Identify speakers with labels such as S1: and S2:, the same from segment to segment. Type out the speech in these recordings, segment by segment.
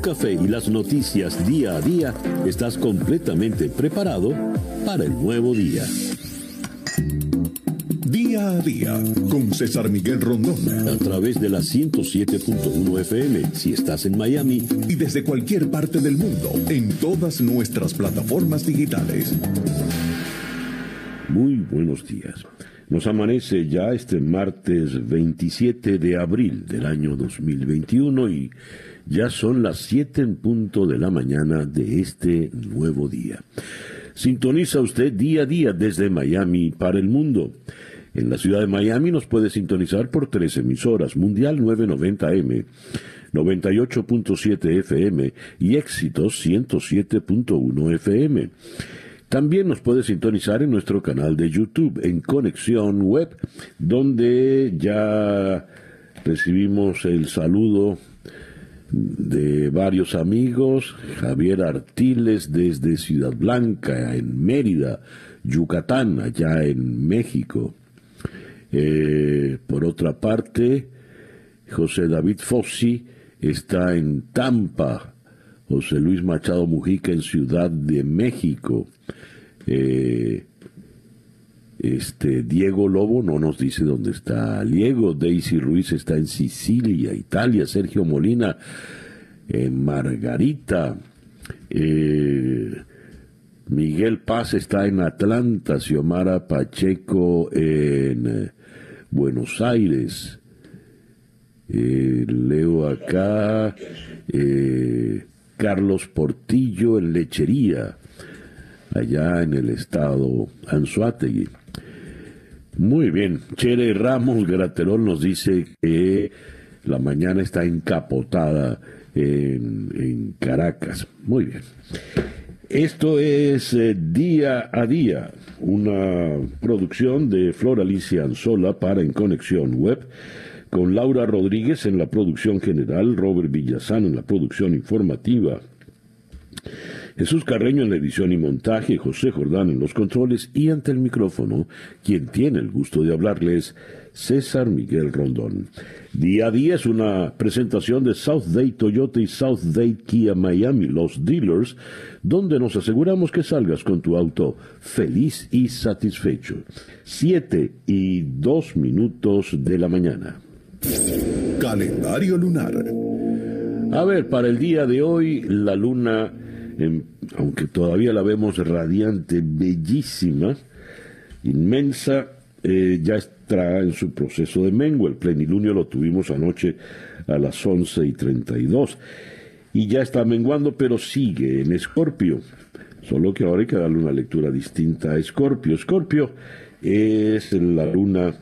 S1: café y las noticias día a día, estás completamente preparado para el nuevo día.
S2: Día a día con César Miguel Rondón.
S1: A través de la 107.1 FM, si estás en Miami.
S2: Y desde cualquier parte del mundo, en todas nuestras plataformas digitales.
S1: Muy buenos días. Nos amanece ya este martes 27 de abril del año 2021 y ya son las 7 en punto de la mañana de este nuevo día. Sintoniza usted día a día desde Miami para el mundo. En la ciudad de Miami nos puede sintonizar por 3 emisoras: Mundial 990M, 98.7 FM y Éxitos 107.1 FM. También nos puede sintonizar en nuestro canal de YouTube, en Conexión Web, donde ya recibimos el saludo de varios amigos. Javier Artiles desde Ciudad Blanca, en Mérida, Yucatán, allá en México. Por otra parte, José David Fossi está en Tampa, José Luis Machado Mujica en Ciudad de México. Diego Lobo no nos dice dónde está Diego. Daisy Ruiz está en Sicilia, Italia. Sergio Molina en Margarita. Miguel Paz está en Atlanta. Xiomara Pacheco en Buenos Aires. Leo acá Carlos Portillo en Lechería, allá en el estado Anzoátegui. Muy bien. Chere Ramos Graterol nos dice que la mañana está encapotada en Caracas. Muy bien. Esto es Día a Día, una producción de Flor Alicia Anzola para En Conexión Web, con Laura Rodríguez en la producción general, Robert Villazán en la producción informativa, Jesús Carreño en la edición y montaje, José Jordán en los controles y ante el micrófono, quien tiene el gusto de hablarles, César Miguel Rondón. Día a Día es una presentación de South Date Toyota y South Date Kia Miami, los dealers, donde nos aseguramos que salgas con tu auto feliz y satisfecho. 7:02 de la mañana.
S2: Calendario lunar.
S1: A ver, para el día de hoy, la luna, aunque todavía la vemos radiante, bellísima, inmensa, ya está en su proceso de mengua. El plenilunio lo tuvimos anoche a las 11:32 y ya está menguando, pero sigue en Escorpio, solo que ahora hay que darle una lectura distinta a Escorpio. Escorpio es la luna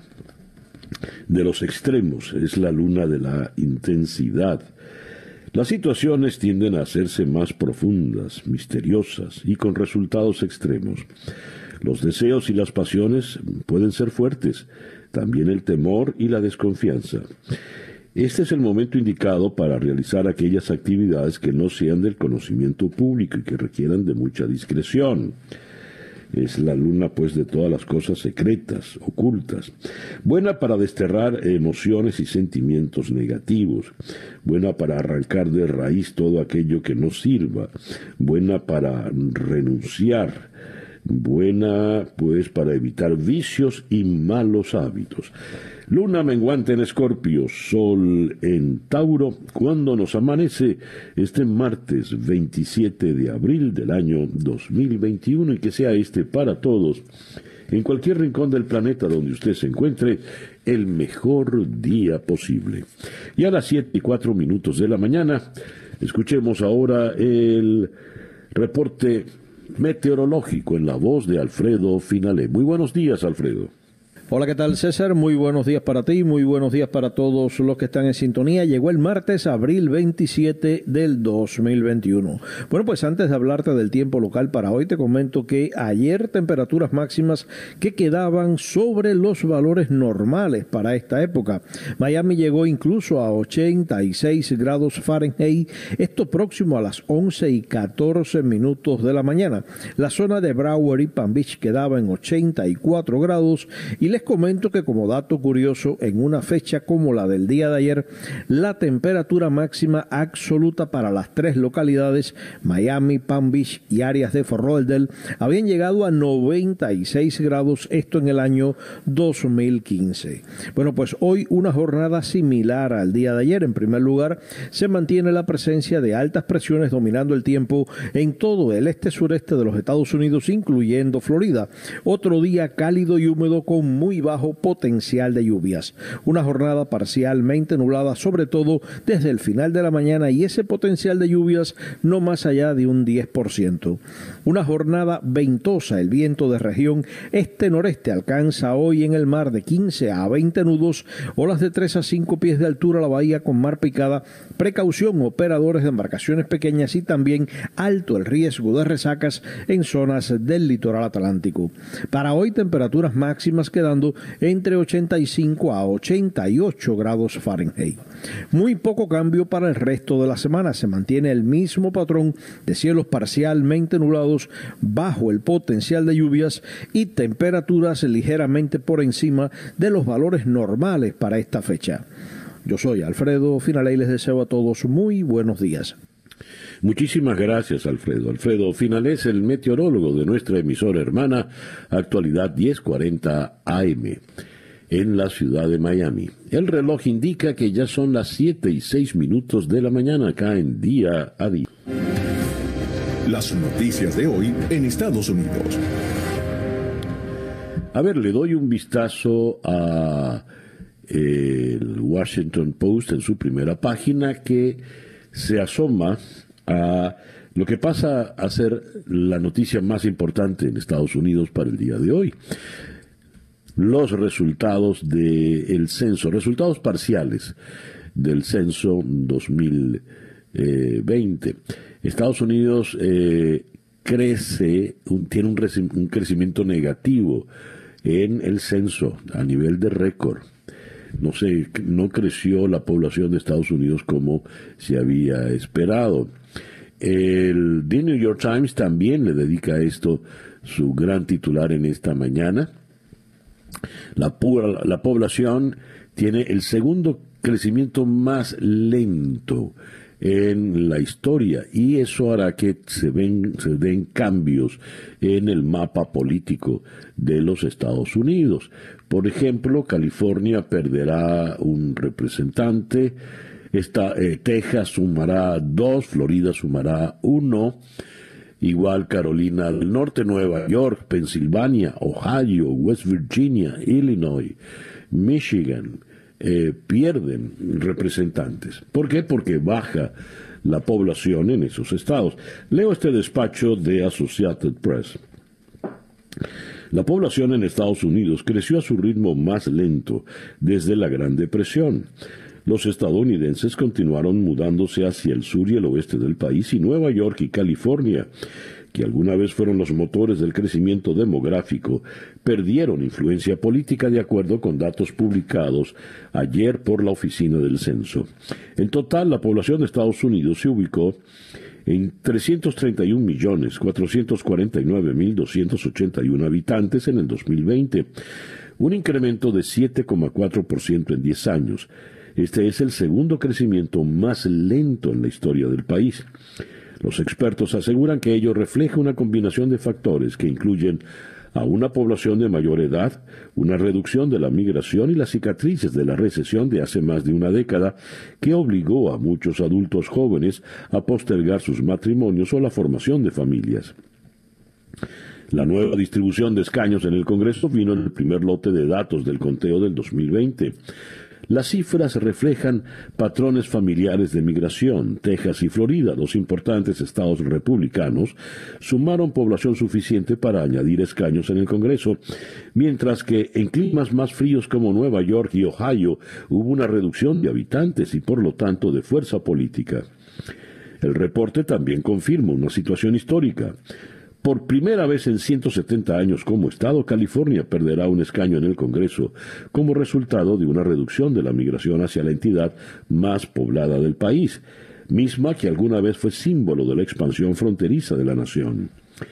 S1: de los extremos, es la luna de la intensidad. Las situaciones tienden a hacerse más profundas, misteriosas y con resultados extremos. Los deseos y las pasiones pueden ser fuertes, también el temor y la desconfianza. Este es el momento indicado para realizar aquellas actividades que no sean del conocimiento público y que requieran de mucha discreción. Es la luna, pues, de todas las cosas secretas, ocultas. Buena para desterrar emociones y sentimientos negativos. Buena para arrancar de raíz todo aquello que no sirva. Buena para renunciar. Buena, pues, para evitar vicios y malos hábitos. Luna menguante en Escorpio, Sol en Tauro, cuando nos amanece este martes 27 de abril del año 2021, y que sea este para todos, en cualquier rincón del planeta donde usted se encuentre, el mejor día posible. Y a las 7:04 de la mañana, escuchemos ahora el reporte meteorológico en la voz de Alfredo Finalé. Muy buenos días, Alfredo.
S3: Hola, ¿qué tal, César? Muy buenos días para ti, muy buenos días para todos los que están en sintonía. Llegó el martes, abril 27 del 2021. Bueno, pues antes de hablarte del tiempo local para hoy, te comento que ayer temperaturas máximas que quedaban sobre los valores normales para esta época. Miami llegó incluso a 86 grados Fahrenheit, esto próximo a las 11:14 de la mañana. La zona de Broward y Palm Beach quedaba en 84 grados y les les comento que como dato curioso, en una fecha como la del día de ayer, la temperatura máxima absoluta para las tres localidades, Miami, Palm Beach y áreas de Fort Lauderdale, habían llegado a 96 grados, esto en el año 2015. Bueno, pues hoy una jornada similar al día de ayer. En primer lugar, se mantiene la presencia de altas presiones dominando el tiempo en todo el este-sureste de los Estados Unidos, incluyendo Florida. Otro día cálido y húmedo con muy bajo potencial de lluvias. Una jornada parcialmente nublada, sobre todo desde el final de la mañana, y ese potencial de lluvias no más allá de un 10%. Una jornada ventosa, el viento de región este-noreste alcanza hoy en el mar de 15 a 20 nudos, olas de 3 a 5 pies de altura, la bahía con mar picada. Precaución, operadores de embarcaciones pequeñas, y también alto el riesgo de resacas en zonas del litoral atlántico. Para hoy, temperaturas máximas quedando entre 85 a 88 grados Fahrenheit. Muy poco cambio para el resto de la semana. Se mantiene el mismo patrón de cielos parcialmente nublados, bajo el potencial de lluvias y temperaturas ligeramente por encima de los valores normales para esta fecha. Yo soy Alfredo Finale y les deseo a todos muy buenos días.
S1: Muchísimas gracias, Alfredo. Alfredo Finale es el meteorólogo de nuestra emisora hermana Actualidad 1040 AM en la ciudad de Miami. El reloj indica que ya son las 7:06 de la mañana acá en Día a Día.
S2: Las noticias de hoy en Estados Unidos.
S1: A ver, le doy un vistazo a el Washington Post en su primera página, que se asoma a lo que pasa a ser la noticia más importante en Estados Unidos para el día de hoy. Los resultados del censo, resultados parciales del censo 2020. Estados Unidos tiene un crecimiento negativo en el censo a nivel de récord. No creció la población de Estados Unidos como se había esperado. El The New York Times también le dedica a esto su gran titular en esta mañana. La población tiene el segundo crecimiento más lento en la historia, y eso hará que se den cambios en el mapa político de los Estados Unidos. Por ejemplo, California perderá un representante, Texas sumará 2, Florida sumará 1, igual Carolina del Norte, Nueva York, Pensilvania, Ohio, West Virginia, Illinois, Michigan, pierden representantes. ¿Por qué? Porque baja la población en esos estados. Leo este despacho de Associated Press. La población en Estados Unidos creció a su ritmo más lento desde la Gran Depresión. Los estadounidenses continuaron mudándose hacia el sur y el oeste del país, y Nueva York y California, que alguna vez fueron los motores del crecimiento demográfico, perdieron influencia política de acuerdo con datos publicados ayer por la Oficina del Censo. En total, la población de Estados Unidos se ubicó en 331.449.281 habitantes en el 2020, un incremento de 7,4% en 10 años. Este es el segundo crecimiento más lento en la historia del país. Los expertos aseguran que ello refleja una combinación de factores que incluyen a una población de mayor edad, una reducción de la migración y las cicatrices de la recesión de hace más de una década, que obligó a muchos adultos jóvenes a postergar sus matrimonios o la formación de familias. La nueva distribución de escaños en el Congreso vino en el primer lote de datos del conteo del 2020. Las cifras reflejan patrones familiares de migración. Texas y Florida, dos importantes estados republicanos, sumaron población suficiente para añadir escaños en el Congreso, mientras que en climas más fríos como Nueva York y Ohio hubo una reducción de habitantes y por lo tanto de fuerza política. El reporte también confirma una situación histórica. Por primera vez en 170 años como Estado, California perderá un escaño en el Congreso como resultado de una reducción de la migración hacia la entidad más poblada del país, misma que alguna vez fue símbolo de la expansión fronteriza de la nación.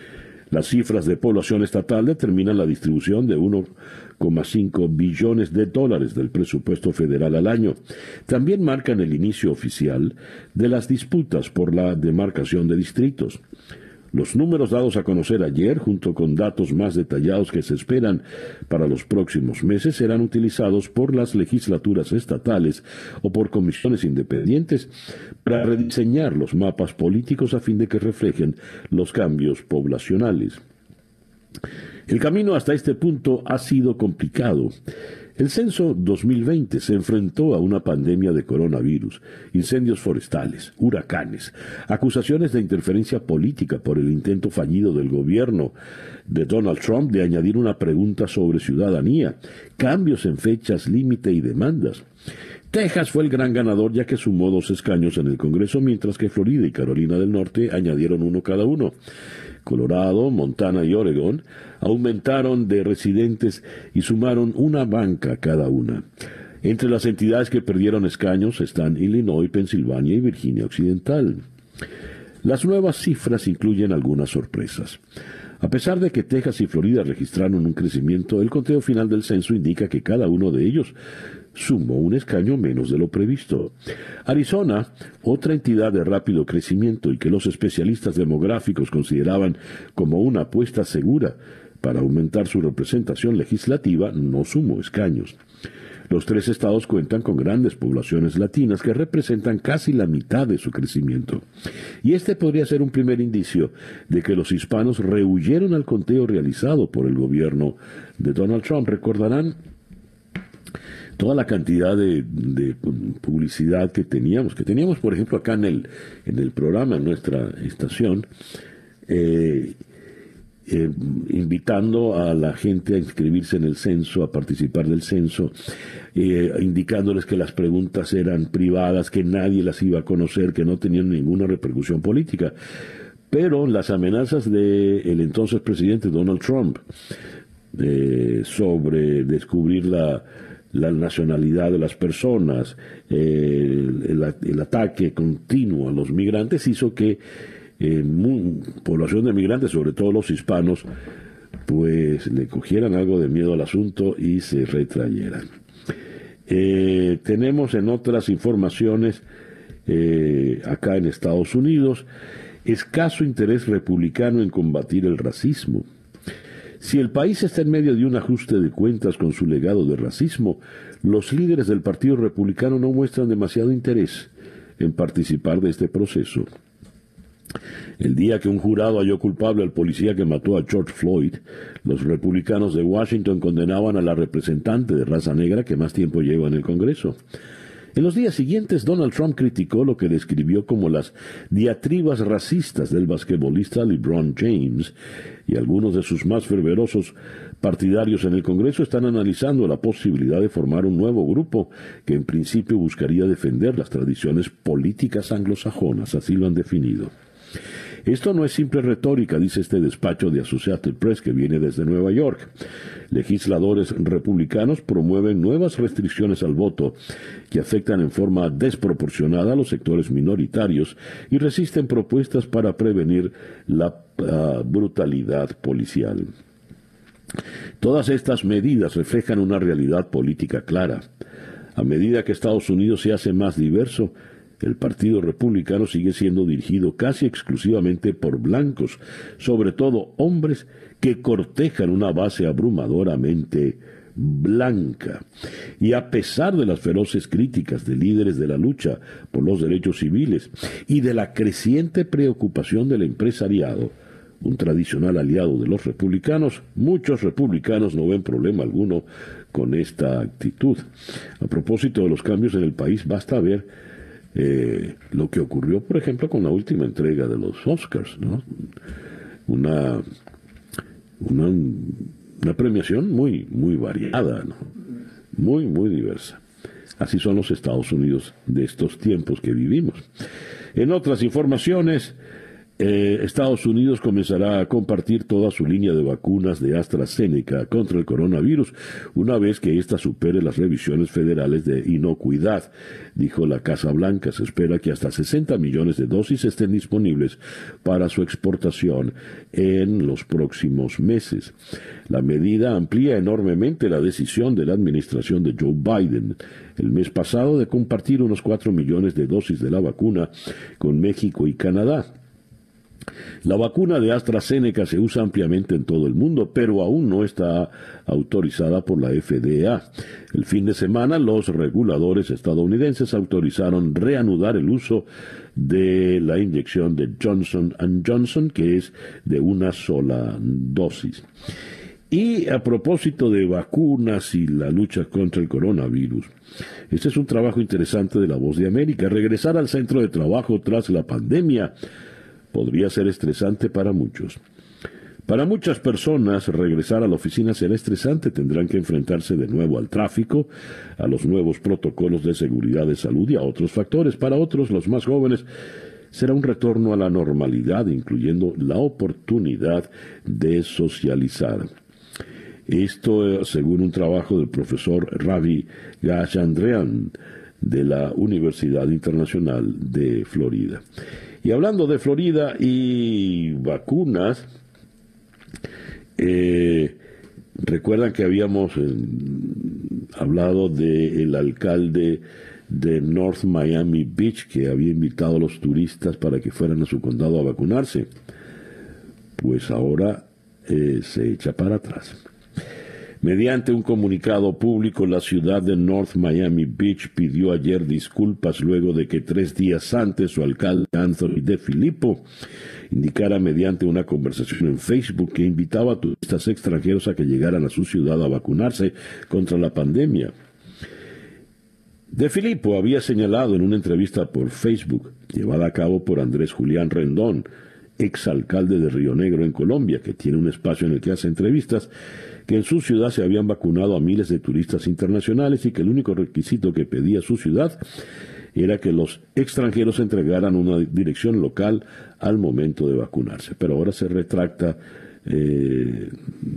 S1: Las cifras de población estatal determinan la distribución de 1,5 billones de dólares del presupuesto federal al año. También marcan el inicio oficial de las disputas por la demarcación de distritos. Los números dados a conocer ayer, junto con datos más detallados que se esperan para los próximos meses, serán utilizados por las legislaturas estatales o por comisiones independientes para rediseñar los mapas políticos a fin de que reflejen los cambios poblacionales. El camino hasta este punto ha sido complicado. El censo 2020 se enfrentó a una pandemia de coronavirus, incendios forestales, huracanes, acusaciones de interferencia política por el intento fallido del gobierno de Donald Trump de añadir una pregunta sobre ciudadanía, cambios en fechas límite y demandas. Texas fue el gran ganador ya que sumó 2 escaños en el Congreso, mientras que Florida y Carolina del Norte añadieron 1 cada uno. Colorado, Montana y Oregón aumentaron de residentes y sumaron 1 banca cada una. Entre las entidades que perdieron escaños están Illinois, Pensilvania y Virginia Occidental. Las nuevas cifras incluyen algunas sorpresas. A pesar de que Texas y Florida registraron un crecimiento, el conteo final del censo indica que cada uno de ellos sumó 1 escaño menos de lo previsto. Arizona, otra entidad de rápido crecimiento y que los especialistas demográficos consideraban como una apuesta segura para aumentar su representación legislativa, no sumó escaños. Los 3 estados cuentan con grandes poblaciones latinas que representan casi la mitad de su crecimiento. Y este podría ser un primer indicio de que los hispanos rehuyeron al conteo realizado por el gobierno de Donald Trump. Recordarán toda la cantidad de publicidad que teníamos por ejemplo acá en el programa, en nuestra estación, invitando a la gente a inscribirse en el censo, a participar del censo, indicándoles que las preguntas eran privadas, que nadie las iba a conocer, que no tenían ninguna repercusión política. Pero las amenazas del entonces presidente Donald Trump sobre descubrir la nacionalidad de las personas, el ataque continuo a los migrantes hizo que población de migrantes, sobre todo los hispanos, pues le cogieran algo de miedo al asunto y se retrayeran. Tenemos en otras informaciones acá en Estados Unidos escaso interés republicano en combatir el racismo. Si el país está en medio de un ajuste de cuentas con su legado de racismo, los líderes del Partido Republicano no muestran demasiado interés en participar de este proceso. El día que un jurado halló culpable al policía que mató a George Floyd, los republicanos de Washington condenaban a la representante de raza negra que más tiempo lleva en el Congreso. En los días siguientes, Donald Trump criticó lo que describió como las diatribas racistas del basquetbolista LeBron James, y algunos de sus más fervorosos partidarios en el Congreso están analizando la posibilidad de formar un nuevo grupo que en principio buscaría defender las tradiciones políticas anglosajonas, así lo han definido. Esto no es simple retórica, dice este despacho de Associated Press que viene desde Nueva York. Legisladores republicanos promueven nuevas restricciones al voto que afectan en forma desproporcionada a los sectores minoritarios y resisten propuestas para prevenir la brutalidad policial. Todas estas medidas reflejan una realidad política clara. A medida que Estados Unidos se hace más diverso, el Partido Republicano sigue siendo dirigido casi exclusivamente por blancos, sobre todo hombres que cortejan una base abrumadoramente blanca. Y a pesar de las feroces críticas de líderes de la lucha por los derechos civiles y de la creciente preocupación del empresariado, un tradicional aliado de los republicanos, muchos republicanos no ven problema alguno con esta actitud. A propósito de los cambios en el país, basta ver lo que ocurrió, por ejemplo, con la última entrega de los Oscars, ¿no? Una premiación muy variada, ¿no? Muy diversa. Así son los Estados Unidos de estos tiempos que vivimos. En otras informaciones, Estados Unidos comenzará a compartir toda su línea de vacunas de AstraZeneca contra el coronavirus una vez que ésta supere las revisiones federales de inocuidad, dijo la Casa Blanca. Se espera que hasta 60 millones de dosis estén disponibles para su exportación en los próximos meses. La medida amplía enormemente la decisión de la administración de Joe Biden el mes pasado de compartir unos 4 millones de dosis de la vacuna con México y Canadá. La vacuna de AstraZeneca se usa ampliamente en todo el mundo, pero aún no está autorizada por la FDA. El fin de semana, los reguladores estadounidenses autorizaron reanudar el uso de la inyección de Johnson & Johnson, que es de una sola dosis. Y a propósito de vacunas y la lucha contra el coronavirus, este es un trabajo interesante de La Voz de América. Regresar al centro de trabajo tras la pandemia podría ser estresante para muchos. Para muchas personas, regresar a la oficina será estresante. Tendrán que enfrentarse de nuevo al tráfico, a los nuevos protocolos de seguridad de salud y a otros factores. Para otros, los más jóvenes, será un retorno a la normalidad, incluyendo la oportunidad de socializar. Esto, según un trabajo del profesor Ravi Gajendrian de la Universidad Internacional de Florida. Y hablando de Florida y vacunas, recuerdan que habíamos hablado del alcalde de North Miami Beach, que había invitado a los turistas para que fueran a su condado a vacunarse. Pues ahora se echa para atrás. Mediante un comunicado público, la ciudad de North Miami Beach pidió ayer disculpas luego de que 3 días antes su alcalde Anthony DeFilippo indicara mediante una conversación en Facebook que invitaba a turistas extranjeros a que llegaran a su ciudad a vacunarse contra la pandemia. DeFilippo había señalado en una entrevista por Facebook, llevada a cabo por Andrés Julián Rendón, exalcalde de Río Negro en Colombia, que tiene un espacio en el que hace entrevistas, que en su ciudad se habían vacunado a miles de turistas internacionales y que el único requisito que pedía su ciudad era que los extranjeros entregaran una dirección local al momento de vacunarse. Pero ahora se retracta de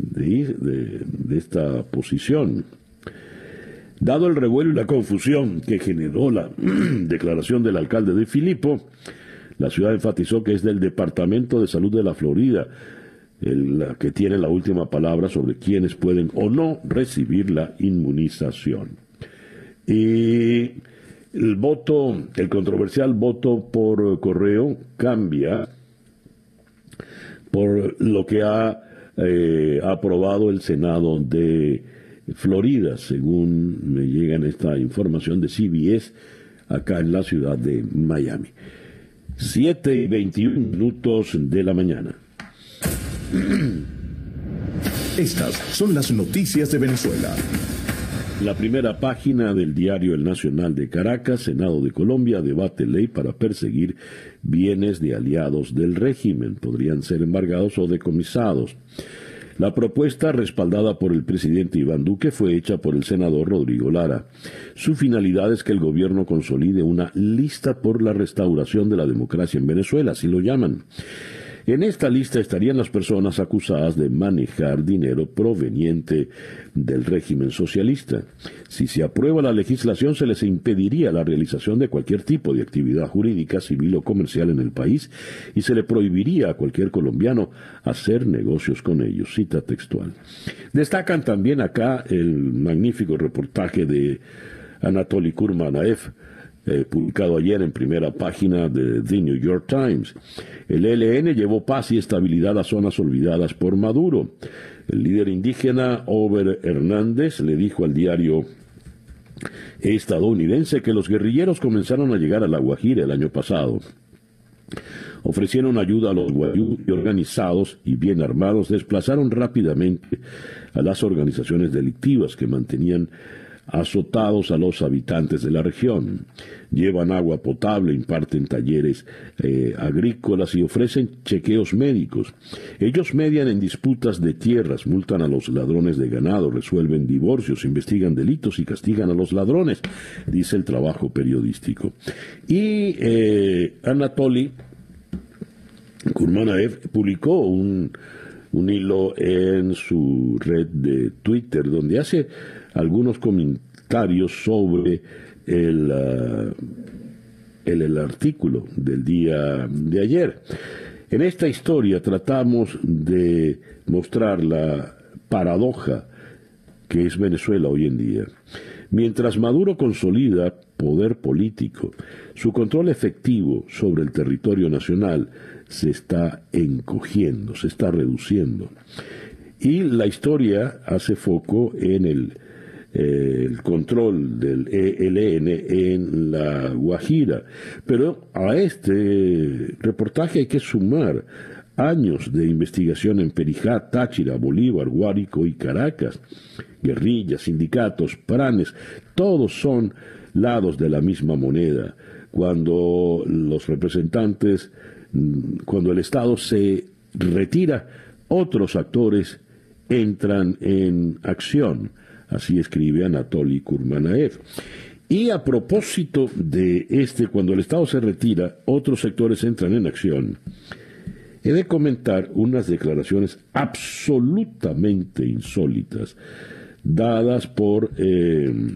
S1: esta posición. Dado el revuelo y la confusión que generó la declaración del alcalde DeFilippo, la ciudad enfatizó que es del Departamento de Salud de la Florida la que tiene la última palabra sobre quiénes pueden o no recibir la inmunización. Y el controversial voto por correo cambia por lo que ha aprobado el Senado de Florida, según me llegan esta información de CBS acá en la ciudad de Miami. 7:21 de la mañana.
S2: Estas son las noticias de Venezuela.
S1: La primera página del diario El Nacional de Caracas: Senado de Colombia debate ley para perseguir bienes de aliados del régimen. Podrían ser embargados o decomisados. La propuesta, respaldada por el presidente Iván Duque, fue hecha por el senador Rodrigo Lara. Su finalidad es que el gobierno consolide una lista por la restauración de la democracia en Venezuela, así lo llaman. En esta lista estarían las personas acusadas de manejar dinero proveniente del régimen socialista. Si se aprueba la legislación, se les impediría la realización de cualquier tipo de actividad jurídica, civil o comercial en el país y se le prohibiría a cualquier colombiano hacer negocios con ellos. Cita textual. Destacan también acá el magnífico reportaje de Anatoly Kurmanaev, publicado ayer en primera página de The New York Times. El ELN llevó paz y estabilidad a zonas olvidadas por Maduro. El líder indígena Ober Hernández le dijo al diario estadounidense que los guerrilleros comenzaron a llegar a La Guajira el año pasado. Ofrecieron ayuda a los guayú y organizados y bien armados desplazaron rápidamente a las organizaciones delictivas que mantenían azotados a los habitantes de la región. Llevan agua potable, imparten talleres agrícolas y ofrecen chequeos médicos. Ellos median en disputas de tierras, multan a los ladrones de ganado, resuelven divorcios, investigan delitos y castigan a los ladrones, dice el trabajo periodístico. Y Anatoly Kurmanaev publicó un hilo en su red de Twitter donde hace algunos comentarios sobre el artículo del día de ayer. En esta historia tratamos de mostrar la paradoja que es Venezuela hoy en día. Mientras Maduro consolida poder político, su control efectivo sobre el territorio nacional se está encogiendo, se está reduciendo. Y la historia hace foco en el control del ELN en la Guajira. Pero a este reportaje hay que sumar años de investigación en Perijá, Táchira, Bolívar, Guárico y Caracas. Guerrillas, sindicatos, planes, todos son lados de la misma moneda. Cuando los representantes, cuando el Estado se retira, otros actores entran en acción. Así escribe Anatoly Kurmanaev. Y a propósito de cuando el Estado se retira, otros sectores entran en acción. He de comentar unas declaraciones absolutamente insólitas dadas por el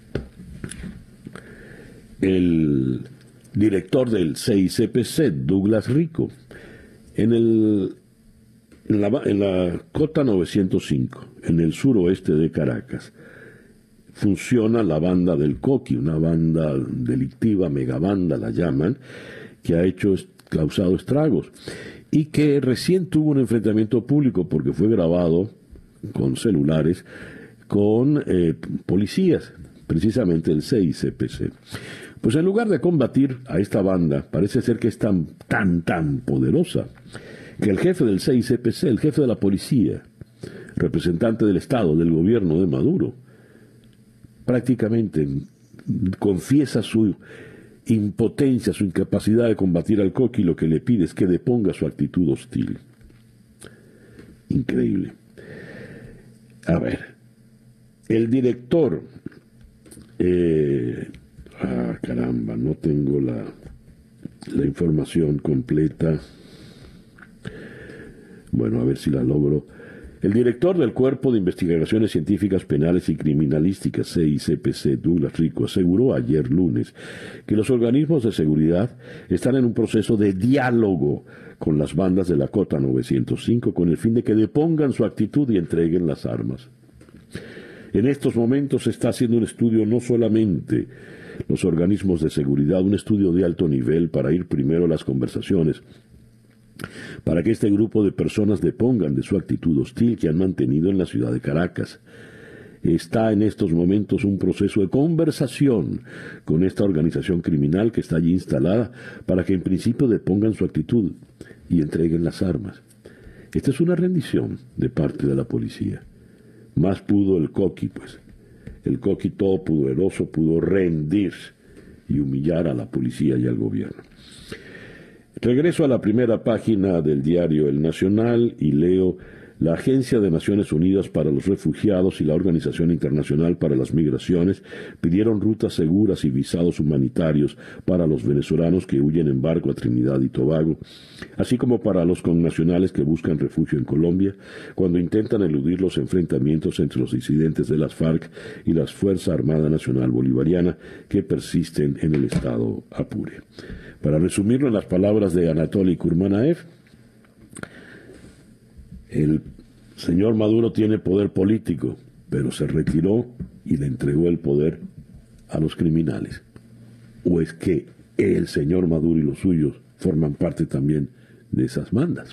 S1: director del CICPC, Douglas Rico, en la Cota 905, en el suroeste de Caracas. Funciona la banda del Coqui, una banda delictiva, megabanda la llaman, que ha causado estragos y que recién tuvo un enfrentamiento público porque fue grabado con celulares con policías, precisamente el CICPC. Pues en lugar de combatir a esta banda, parece ser que es tan poderosa que el jefe del CICPC, el jefe de la policía, representante del Estado, del gobierno de Maduro, prácticamente confiesa su impotencia, su incapacidad de combatir al Coqui, y lo que le pide es que deponga su actitud hostil. Increíble. A ver, el director, caramba, no tengo la información completa. Bueno, a ver si la logro. El director del Cuerpo de Investigaciones Científicas Penales y Criminalísticas, CICPC, Douglas Rico, aseguró ayer lunes que los organismos de seguridad están en un proceso de diálogo con las bandas de la Cota 905 con el fin de que depongan su actitud y entreguen las armas. En estos momentos se está haciendo un estudio no solamente los organismos de seguridad, un estudio de alto nivel para ir primero a las conversaciones, para que este grupo de personas depongan de su actitud hostil que han mantenido en la ciudad de Caracas. Está en estos momentos un proceso de conversación con esta organización criminal que está allí instalada para que en principio depongan su actitud y entreguen las armas. Esta es una rendición de parte de la policía. Más pudo el Coqui, pues. El Coqui todopoderoso pudo rendir y humillar a la policía y al gobierno. Regreso a la primera página del diario El Nacional y leo: la Agencia de Naciones Unidas para los Refugiados y la Organización Internacional para las Migraciones pidieron rutas seguras y visados humanitarios para los venezolanos que huyen en barco a Trinidad y Tobago, así como para los connacionales que buscan refugio en Colombia cuando intentan eludir los enfrentamientos entre los disidentes de las FARC y la Fuerza Armada Nacional Bolivariana que persisten en el estado Apure. Para resumirlo en las palabras de Anatoly Kurmanaev, el señor Maduro tiene poder político, pero se retiró y le entregó el poder a los criminales. ¿O es que el señor Maduro y los suyos forman parte también de esas bandas?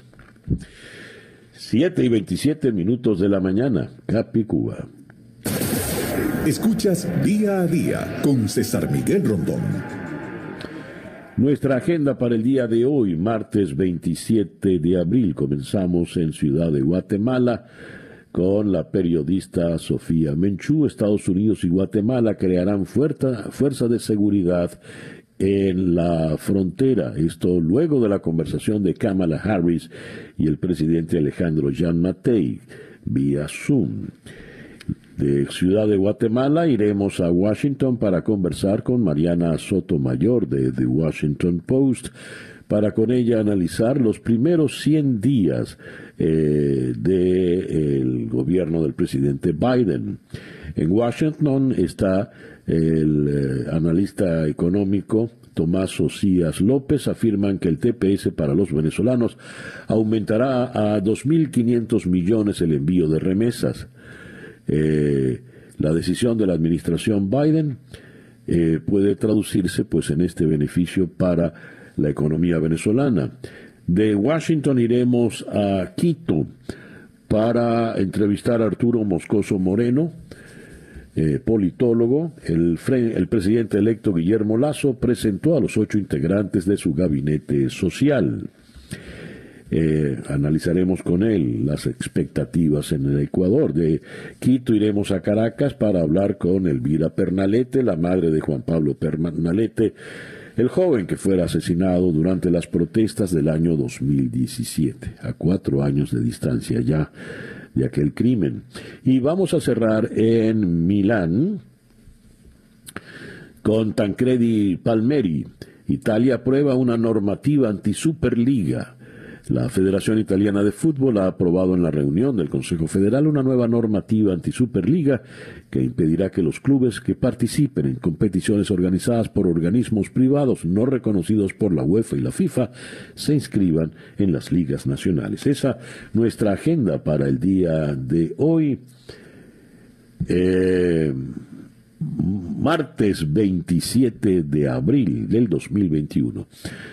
S1: 7:27 de la mañana, Capicúa.
S2: Escuchas Día a Día con César Miguel Rondón.
S1: Nuestra agenda para el día de hoy, martes 27 de abril, comenzamos en Ciudad de Guatemala con la periodista Sofía Menchú. Estados Unidos y Guatemala crearán fuerza de seguridad en la frontera. Esto luego de la conversación de Kamala Harris y el presidente Alejandro Gianmattei vía Zoom. De Ciudad de Guatemala iremos a Washington para conversar con Mariana Sotomayor de The Washington Post para con ella analizar los primeros 100 días del gobierno del presidente Biden. En Washington está el analista económico Tomás Ocías López. Afirman que el TPS para los venezolanos aumentará a 2.500 millones el envío de remesas. La decisión de la administración Biden puede traducirse pues en este beneficio para la economía venezolana. De Washington iremos a Quito para entrevistar a Arturo Moscoso Moreno, politólogo. El presidente electo Guillermo Lasso presentó a los 8 integrantes de su gabinete social. Analizaremos con él las expectativas en el Ecuador. De Quito iremos a Caracas para hablar con Elvira Pernalete, la madre de Juan Pablo Pernalete, el joven que fuera asesinado durante las protestas del año 2017, a 4 años de distancia ya de aquel crimen. Y vamos a cerrar en Milán con Tancredi Palmeri. Italia aprueba una normativa anti-Superliga. La Federación Italiana de Fútbol ha aprobado en la reunión del Consejo Federal una nueva normativa anti-Superliga que impedirá que los clubes que participen en competiciones organizadas por organismos privados no reconocidos por la UEFA y la FIFA se inscriban en las ligas nacionales. Esa nuestra agenda para el día de hoy, martes 27 de abril del 2021.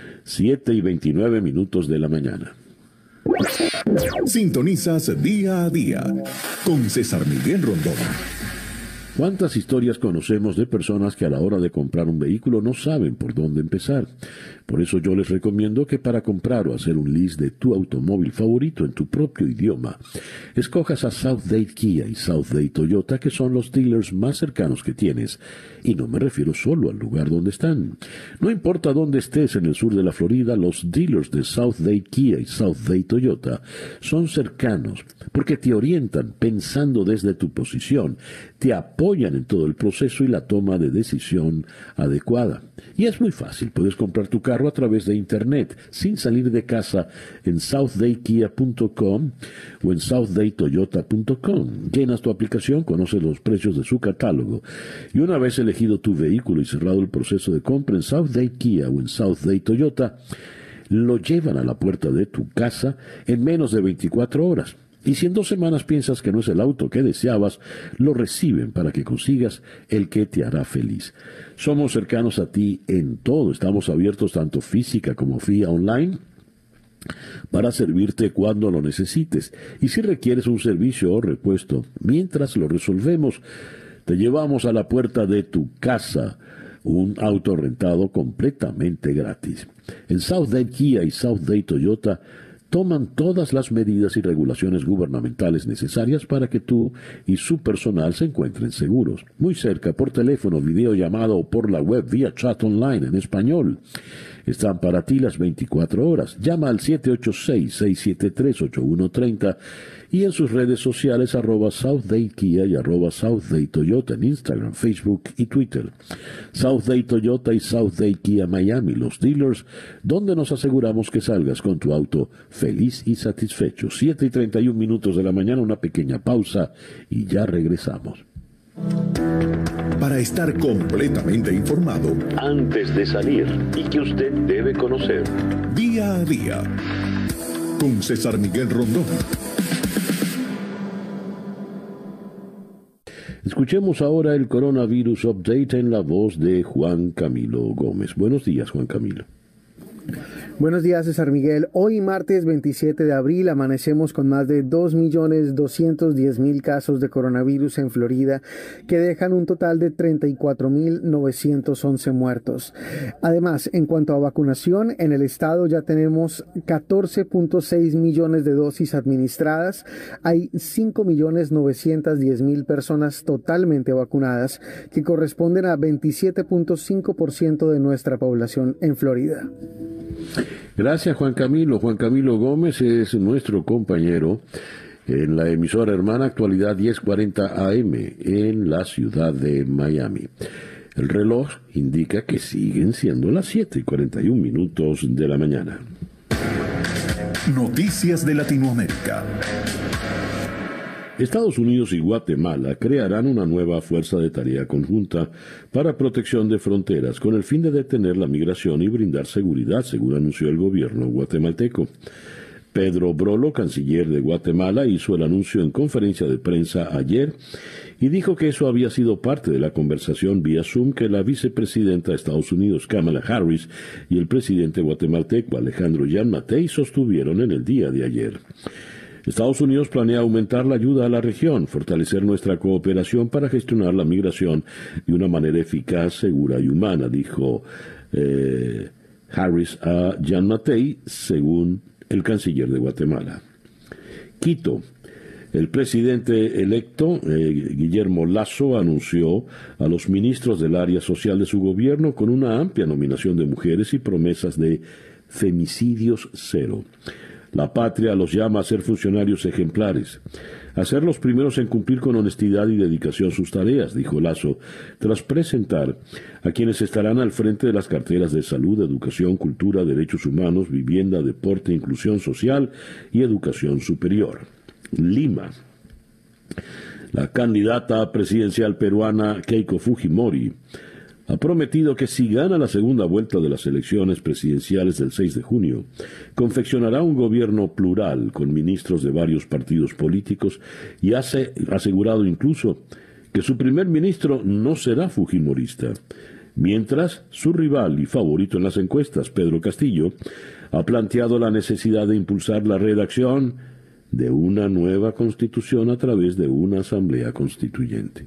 S1: 7:29 de la mañana.
S2: Sintonizas Día a Día con César Miguel Rondón.
S1: ¿Cuántas historias conocemos de personas que a la hora de comprar un vehículo no saben por dónde empezar? Por eso yo les recomiendo que para comprar o hacer un list de tu automóvil favorito en tu propio idioma, escojas a Southdate Kia y Southdate Toyota, que son los dealers más cercanos que tienes. Y no me refiero solo al lugar donde están. No importa dónde estés en el sur de la Florida, los dealers de Southdate Kia y Southdate Toyota son cercanos porque te orientan pensando desde tu posición, te apoyan en todo el proceso y la toma de decisión adecuada. Y es muy fácil, puedes comprar tu carro a través de internet sin salir de casa en southdaykia.com o en southdaytoyota.com. Llenas tu aplicación, conoces los precios de su catálogo y una vez elegido tu vehículo y cerrado el proceso de compra en Southdate Kia o en Southdate Toyota, lo llevan a la puerta de tu casa en menos de 24 horas. Y si en 2 semanas piensas que no es el auto que deseabas, lo reciben para que consigas el que te hará feliz. Somos cercanos a ti en todo. Estamos abiertos tanto física como vía online para servirte cuando lo necesites. Y si requieres un servicio o repuesto, mientras lo resolvemos, te llevamos a la puerta de tu casa un auto rentado completamente gratis. En Southdate Kia y Southdate Toyota toman todas las medidas y regulaciones gubernamentales necesarias para que tú y su personal se encuentren seguros. Muy cerca, por teléfono, videollamada o por la web vía chat online en español. Están para ti las 24 horas. Llama al 786-673-8130 y en sus redes sociales @SouthdayKia y @SouthdayToyota en Instagram, Facebook y Twitter. Southdate Toyota y Southdate Kia Miami, los dealers donde nos aseguramos que salgas con tu auto feliz y satisfecho. 7:31 de la mañana, una pequeña pausa y ya regresamos.
S2: Para estar completamente informado,
S1: Antes de salir y que usted debe conocer.
S2: Día a Día con César Miguel Rondón.
S1: Escuchemos ahora el Coronavirus Update en la voz de Juan Camilo Gómez. Buenos días, Juan Camilo.
S4: Buenos días, César Miguel. Hoy, martes 27 de abril, amanecemos con más de 2.210.000 casos de coronavirus en Florida, que dejan un total de 34.911 muertos. Además, en cuanto a vacunación, en el estado ya tenemos 14.6 millones de dosis administradas. Hay 5.910.000 personas totalmente vacunadas, que corresponden a 27.5% de nuestra población en Florida.
S1: Gracias, Juan Camilo. Juan Camilo Gómez es nuestro compañero en la emisora hermana Actualidad 1040 AM en la ciudad de Miami. El reloj indica que siguen siendo las 7:41 de la mañana.
S2: Noticias de Latinoamérica.
S1: Estados Unidos y Guatemala crearán una nueva fuerza de tarea conjunta para protección de fronteras con el fin de detener la migración y brindar seguridad, según anunció el gobierno guatemalteco. Pedro Brolo, canciller de Guatemala, hizo el anuncio en conferencia de prensa ayer y dijo que eso había sido parte de la conversación vía Zoom que la vicepresidenta de Estados Unidos, Kamala Harris, y el presidente guatemalteco, Alejandro Gianmattei, sostuvieron en el día de ayer. Estados Unidos planea aumentar la ayuda a la región, fortalecer nuestra cooperación para gestionar la migración de una manera eficaz, segura y humana, dijo Harris a Gianmattei, según el canciller de Guatemala. Quito. El presidente electo, Guillermo Lasso, anunció a los ministros del área social de su gobierno con una amplia nominación de mujeres y promesas de femicidios cero. La patria los llama a ser funcionarios ejemplares, a ser los primeros en cumplir con honestidad y dedicación sus tareas, dijo Lasso, tras presentar a quienes estarán al frente de las carteras de salud, educación, cultura, derechos humanos, vivienda, deporte, inclusión social y educación superior. Lima. La candidata presidencial peruana Keiko Fujimori ha prometido que si gana la segunda vuelta de las elecciones presidenciales del 6 de junio, confeccionará un gobierno plural con ministros de varios partidos políticos y ha asegurado incluso que su primer ministro no será fujimorista, mientras su rival y favorito en las encuestas, Pedro Castillo, ha planteado la necesidad de impulsar la redacción de una nueva constitución a través de una asamblea constituyente.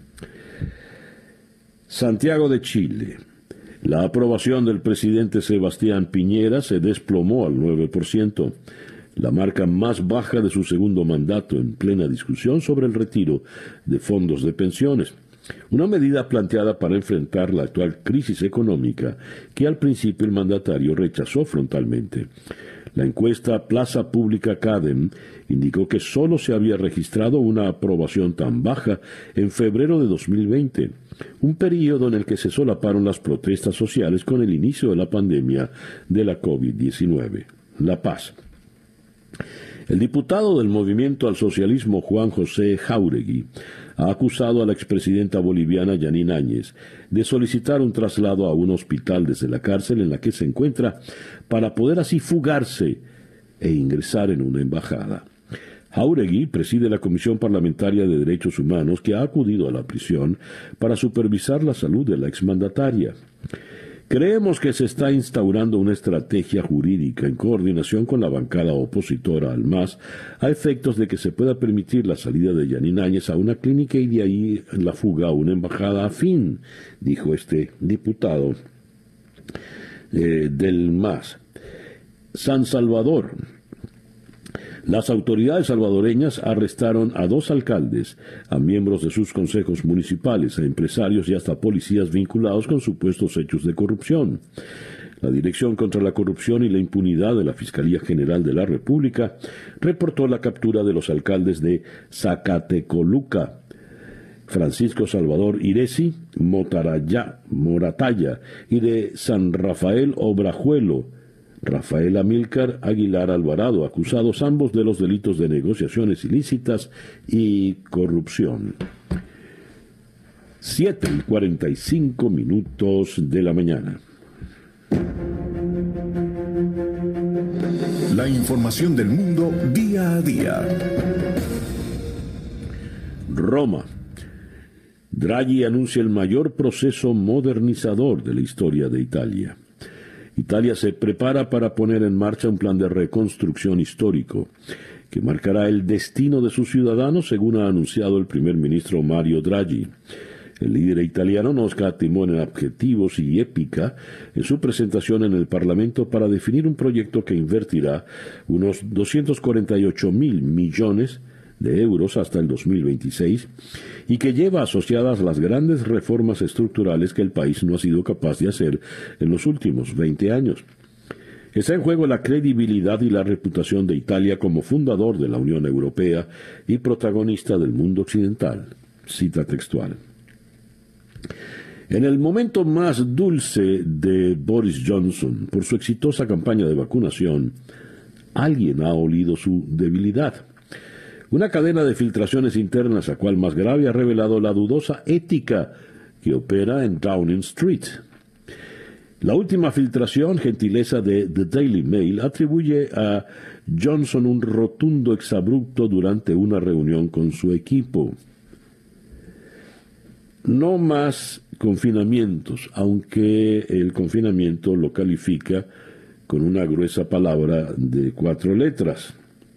S1: Santiago de Chile. La aprobación del presidente Sebastián Piñera se desplomó al 9%, la marca más baja de su segundo mandato, en plena discusión sobre el retiro de fondos de pensiones. Una medida planteada para enfrentar la actual crisis económica que al principio el mandatario rechazó frontalmente. La encuesta Plaza Pública Cadem indicó que solo se había registrado una aprobación tan baja en febrero de 2020, un período en el que se solaparon las protestas sociales con el inicio de la pandemia de la COVID-19. La Paz. El diputado del Movimiento al Socialismo Juan José Jáuregui ha acusado a la expresidenta boliviana Yanine Áñez de solicitar un traslado a un hospital desde la cárcel en la que se encuentra para poder así fugarse e ingresar en una embajada. Jáuregui preside la Comisión Parlamentaria de Derechos Humanos que ha acudido a la prisión para supervisar la salud de la exmandataria. Creemos que se está instaurando una estrategia jurídica en coordinación con la bancada opositora al MAS a efectos de que se pueda permitir la salida de Yanine Áñez a una clínica y de ahí la fuga a una embajada afín, dijo este diputado del MAS. San Salvador. Las autoridades salvadoreñas arrestaron a 2 alcaldes, a miembros de sus consejos municipales, a empresarios y hasta policías vinculados con supuestos hechos de corrupción. La Dirección contra la Corrupción y la Impunidad de la Fiscalía General de la República reportó la captura de los alcaldes de Zacatecoluca, Francisco Salvador Iresi Moratalla, y de San Rafael Obrajuelo, Rafael Amílcar Aguilar Alvarado, acusados ambos de los delitos de negociaciones ilícitas y corrupción. 7:45 de la mañana.
S2: La información del mundo día a día.
S1: Roma. Draghi anuncia el mayor proceso modernizador de la historia de Italia. Italia se prepara para poner en marcha un plan de reconstrucción histórico que marcará el destino de sus ciudadanos, según ha anunciado el primer ministro Mario Draghi. El líder italiano no escatimó en adjetivos y épica en su presentación en el Parlamento para definir un proyecto que invertirá unos 248.000 millones de euros hasta el 2026 y que lleva asociadas las grandes reformas estructurales que el país no ha sido capaz de hacer en los últimos 20 años. Está en juego la credibilidad y la reputación de Italia como fundador de la Unión Europea y protagonista del mundo occidental. Cita textual. En el momento más dulce de Boris Johnson, por su exitosa campaña de vacunación, alguien ha olido su debilidad. Una cadena de filtraciones internas, a cual más grave, ha revelado la dudosa ética que opera en Downing Street. La última filtración, gentileza de The Daily Mail, atribuye a Johnson un rotundo exabrupto durante una reunión con su equipo. No más confinamientos, aunque el confinamiento lo califica con una gruesa palabra de 4 letras.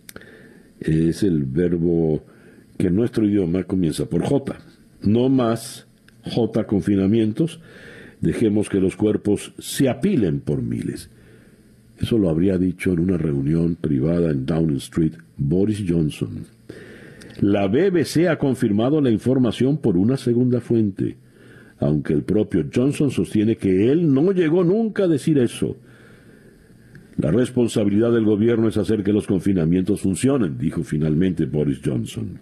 S1: Es el verbo que en nuestro idioma comienza por J. No más J confinamientos, dejemos que los cuerpos se apilen por miles. Eso lo habría dicho en una reunión privada en Downing Street Boris Johnson. La BBC ha confirmado la información por una segunda fuente, aunque el propio Johnson sostiene que él no llegó nunca a decir eso. La responsabilidad del gobierno es hacer que los confinamientos funcionen, dijo finalmente Boris Johnson.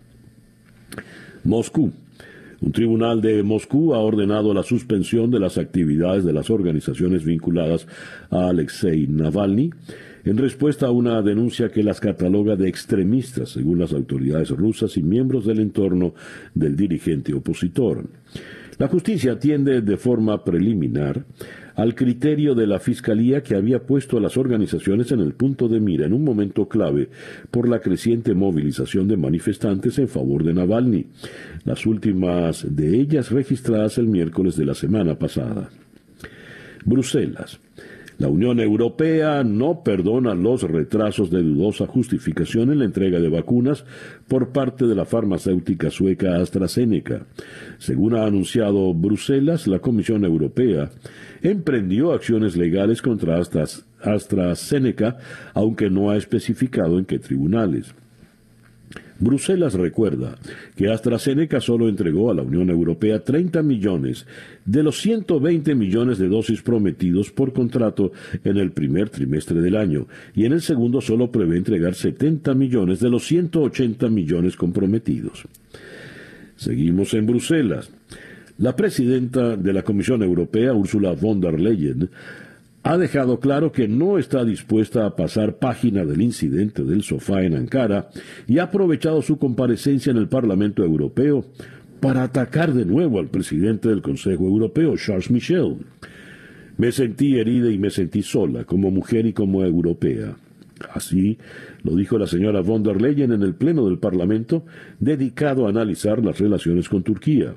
S1: Moscú. Un tribunal de Moscú ha ordenado la suspensión de las actividades de las organizaciones vinculadas a Alexei Navalny en respuesta a una denuncia que las cataloga de extremistas, según las autoridades rusas y miembros del entorno del dirigente opositor. La justicia atiende de forma preliminar al criterio de la Fiscalía, que había puesto a las organizaciones en el punto de mira en un momento clave por la creciente movilización de manifestantes en favor de Navalny, las últimas de ellas registradas el miércoles de la semana pasada. Bruselas. La Unión Europea no perdona los retrasos de dudosa justificación en la entrega de vacunas por parte de la farmacéutica sueca AstraZeneca. Según ha anunciado Bruselas, la Comisión Europea emprendió acciones legales contra AstraZeneca, aunque no ha especificado en qué tribunales. Bruselas recuerda que AstraZeneca solo entregó a la Unión Europea 30 millones de los 120 millones de dosis prometidos por contrato en el primer trimestre del año, y en el segundo solo prevé entregar 70 millones de los 180 millones comprometidos. Seguimos en Bruselas. La presidenta de la Comisión Europea, Ursula von der Leyen, ha dejado claro que no está dispuesta a pasar página del incidente del sofá en Ankara y ha aprovechado su comparecencia en el Parlamento Europeo para atacar de nuevo al presidente del Consejo Europeo, Charles Michel. Me sentí herida y me sentí sola, como mujer y como europea. Así lo dijo la señora von der Leyen en el Pleno del Parlamento, dedicado a analizar las relaciones con Turquía.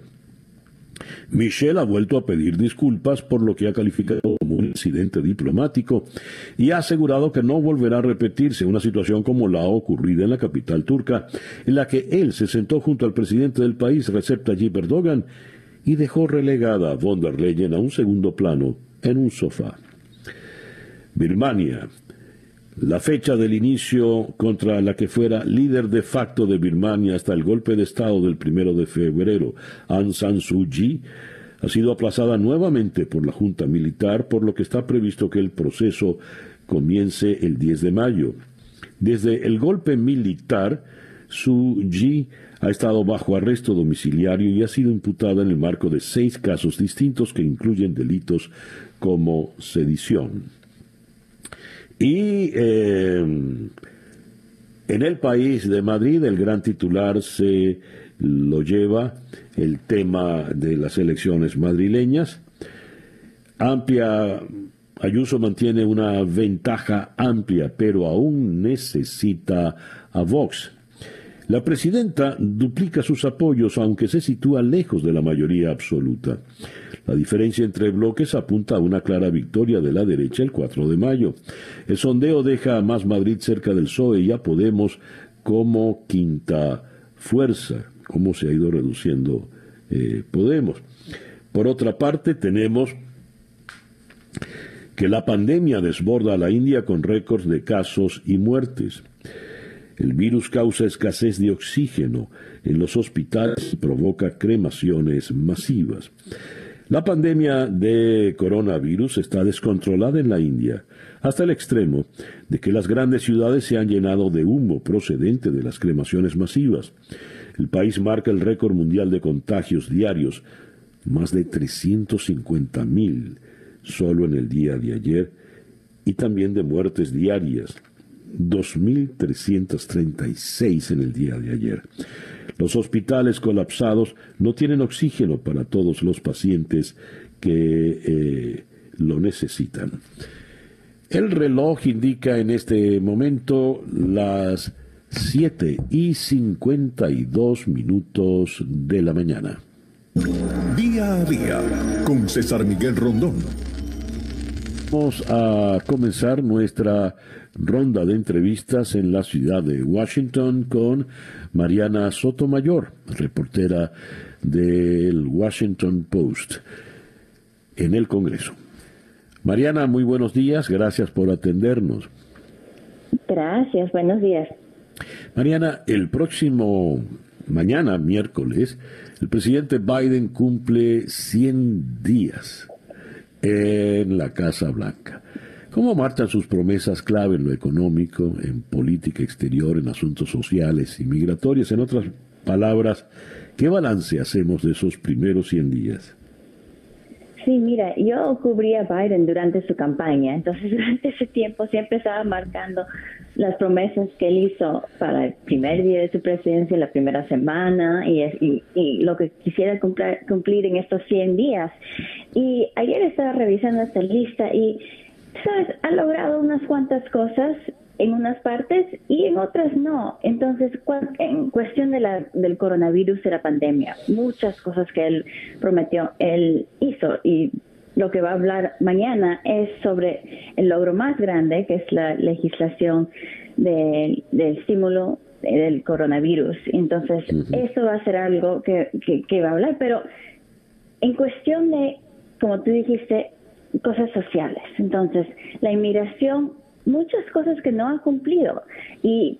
S1: Michel ha vuelto a pedir disculpas por lo que ha calificado como un incidente diplomático y ha asegurado que no volverá a repetirse una situación como la ocurrida en la capital turca, en la que él se sentó junto al presidente del país, Recep Tayyip Erdogan, y dejó relegada a von der Leyen a un segundo plano en un sofá. Birmania. La fecha del inicio contra la que fuera líder de facto de Birmania hasta el golpe de Estado del 1 de febrero, Aung San Suu Kyi, ha sido aplazada nuevamente por la Junta Militar, por lo que está previsto que el proceso comience el 10 de mayo. Desde el golpe militar, Suu Kyi ha estado bajo arresto domiciliario y ha sido imputada en el marco de 6 casos distintos que incluyen delitos como sedición. Y en el país de Madrid, el gran titular se lo lleva el tema de las elecciones madrileñas. Ayuso mantiene una ventaja amplia, pero aún necesita a Vox. La presidenta duplica sus apoyos, aunque se sitúa lejos de la mayoría absoluta. La diferencia entre bloques apunta a una clara victoria de la derecha el 4 de mayo. El sondeo deja a Más Madrid cerca del PSOE y a Podemos como quinta fuerza, cómo se ha ido reduciendo Podemos. Por otra parte, tenemos que la pandemia desborda a la India con récords de casos y muertes. El virus causa escasez de oxígeno en los hospitales y provoca cremaciones masivas. La pandemia de coronavirus está descontrolada en la India, hasta el extremo de que las grandes ciudades se han llenado de humo procedente de las cremaciones masivas. El país marca el récord mundial de contagios diarios, más de 350,000 solo en el día de ayer, y también de muertes diarias, 2.336 en el día de ayer. Los hospitales colapsados no tienen oxígeno para todos los pacientes que lo necesitan. El reloj indica en este momento las 7:52 de la mañana.
S2: Día a día con César Miguel Rondón.
S1: Vamos a comenzar nuestra ronda de entrevistas en la ciudad de Washington con Mariana Sotomayor, reportera del Washington Post en el Congreso. Mariana, muy buenos días, gracias por atendernos.
S5: Gracias, buenos días.
S1: Mariana, mañana, miércoles, el presidente Biden cumple 100 días en la Casa Blanca. ¿Cómo marchan sus promesas clave en lo económico, en política exterior, en asuntos sociales y migratorios? En otras palabras, ¿qué balance hacemos de esos primeros 100 días?
S5: Sí, mira, yo cubrí a Biden durante su campaña, entonces durante ese tiempo siempre estaba marcando las promesas que él hizo para el primer día de su presidencia, la primera semana, y lo que quisiera cumplir en estos 100 días. Y ayer estaba revisando esta lista y, ¿sabes?, ha logrado unas cuantas cosas en unas partes y en otras no. Entonces, en cuestión del coronavirus y la pandemia, muchas cosas que él prometió, él hizo, y lo que va a hablar mañana es sobre el logro más grande, que es la legislación del estímulo del coronavirus. Entonces, eso va a ser algo que va a hablar, pero en cuestión de, como tú dijiste, cosas sociales. Entonces, la inmigración, muchas cosas que no ha cumplido, y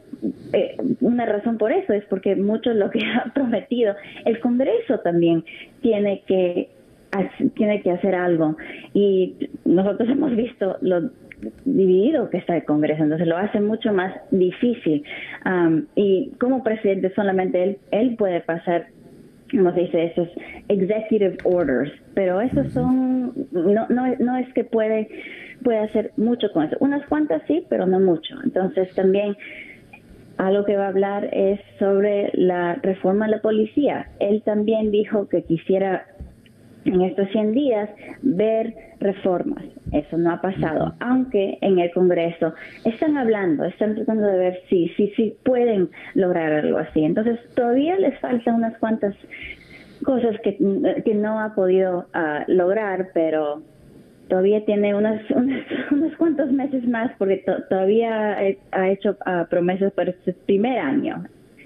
S5: una razón por eso es porque mucho de lo que ha prometido, el Congreso también tiene que hacer algo, y nosotros hemos visto lo dividido que está el Congreso, entonces lo hace mucho más difícil, y como presidente solamente él puede pasar, como se dice, esos executive orders, pero esos son, no es que puede hacer mucho con eso. Unas cuantas sí, pero no mucho. Entonces también algo que va a hablar es sobre la reforma a la policía. Él también dijo que quisiera en estos 100 días ver reformas. Eso no ha pasado, aunque en el Congreso están tratando de ver si pueden lograr algo así. Entonces todavía les faltan unas cuantas cosas que no ha podido lograr, pero todavía tiene unos cuantos meses más, porque todavía ha hecho promesas para este primer año.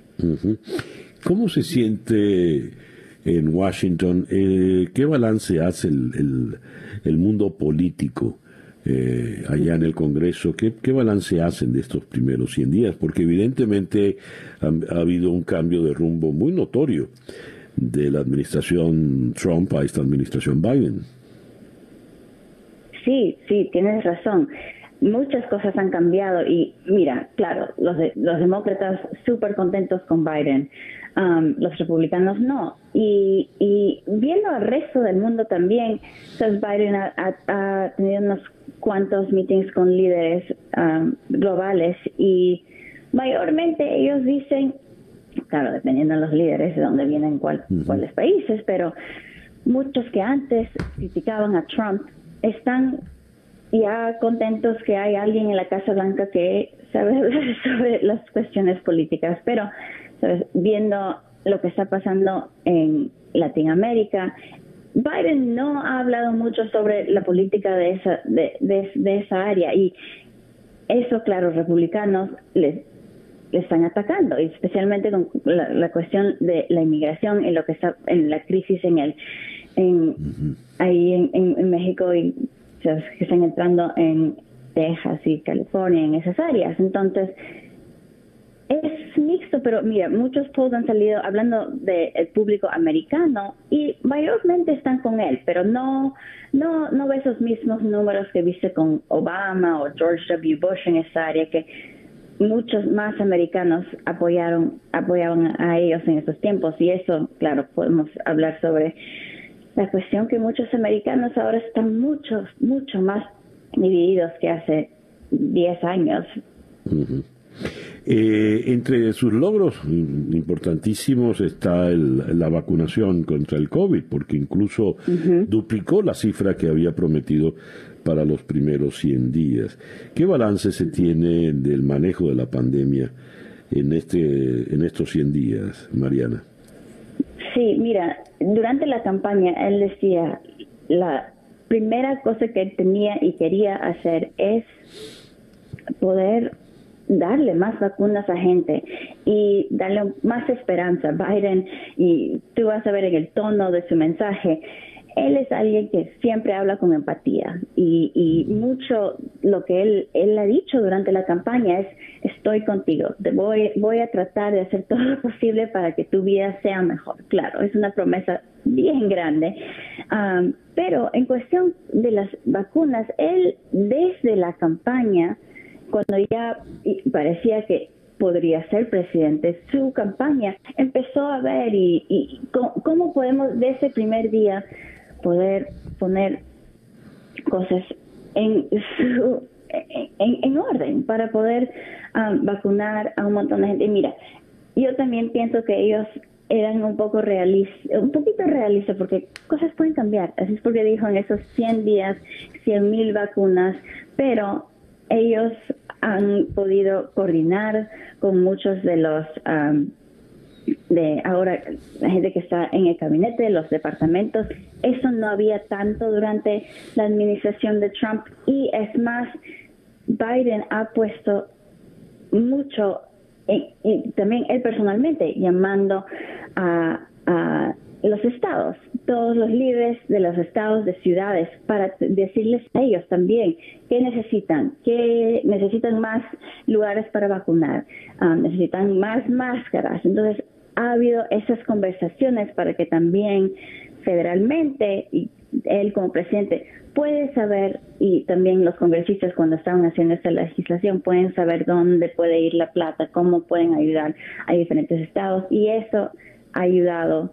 S1: ¿Cómo se siente en Washington? ¿Qué balance hace el mundo político allá en el Congreso? ¿Qué balance hacen de estos primeros 100 días? Porque evidentemente ha habido un cambio de rumbo muy notorio de la administración Trump a esta administración Biden. Sí, tienes razón. Muchas cosas han cambiado y mira, claro, los demócratas súper contentos con Biden, los republicanos no. Y viendo al resto del mundo también, pues Biden ha tenido unos cuantos meetings con líderes globales, y mayormente ellos dicen, claro, dependiendo de los líderes de dónde vienen cuáles países, pero muchos que antes criticaban a Trump están ya contentos que hay alguien en la Casa Blanca que sabe hablar sobre las cuestiones políticas. Pero, ¿sabes?, viendo lo que está pasando en Latinoamérica, Biden no ha hablado mucho sobre la política de esa área, y eso, claro, republicanos le están atacando, y especialmente con la cuestión de la inmigración y lo que está en la crisis ahí en México, y que están entrando en Texas y California, en esas áreas. Entonces, es mixto, pero mira, muchos polls han salido hablando del público americano y mayormente están con él, pero no ve esos mismos números que viste con Obama o George W. Bush en esa área, que muchos más americanos apoyaban a ellos en esos tiempos. Y eso, claro, podemos hablar sobre
S5: la cuestión que muchos americanos ahora están mucho más divididos que hace 10 años.
S1: Uh-huh. Entre sus logros importantísimos está la vacunación contra el COVID, porque incluso duplicó la cifra que había prometido para los primeros 100 días. ¿Qué balance se tiene del manejo de la pandemia en estos 100 días, Mariana?
S5: Sí, mira, durante la campaña él decía, la primera cosa que él tenía y quería hacer es poder darle más vacunas a gente y darle más esperanza. Biden, y tú vas a ver en el tono de su mensaje, él es alguien que siempre habla con empatía y mucho lo que él ha dicho durante la campaña es: estoy contigo, voy a tratar de hacer todo lo posible para que tu vida sea mejor. Claro, es una promesa bien grande, pero en cuestión de las vacunas, él desde la campaña, cuando ya parecía que podría ser presidente, su campaña empezó a ver y cómo podemos de ese primer día poder poner cosas en orden para poder vacunar a un montón de gente. Y mira, yo también pienso que ellos eran un poquito realistas, porque cosas pueden cambiar. Así es porque dijo en esos 100 días 100,000 vacunas, pero ellos han podido coordinar con muchos de los de ahora la gente que está en el gabinete, los departamentos. Eso no había tanto durante la administración de Trump, y es más, Biden ha puesto mucho, y también él personalmente, llamando a los estados, todos los líderes de los estados, de ciudades, para decirles a ellos también qué necesitan más lugares para vacunar, necesitan más máscaras. Entonces ha habido esas conversaciones para que también federalmente, y él como presidente puede saber, y también los congresistas cuando estaban haciendo esta legislación pueden saber dónde puede ir la plata, cómo pueden ayudar a diferentes estados, y eso ha ayudado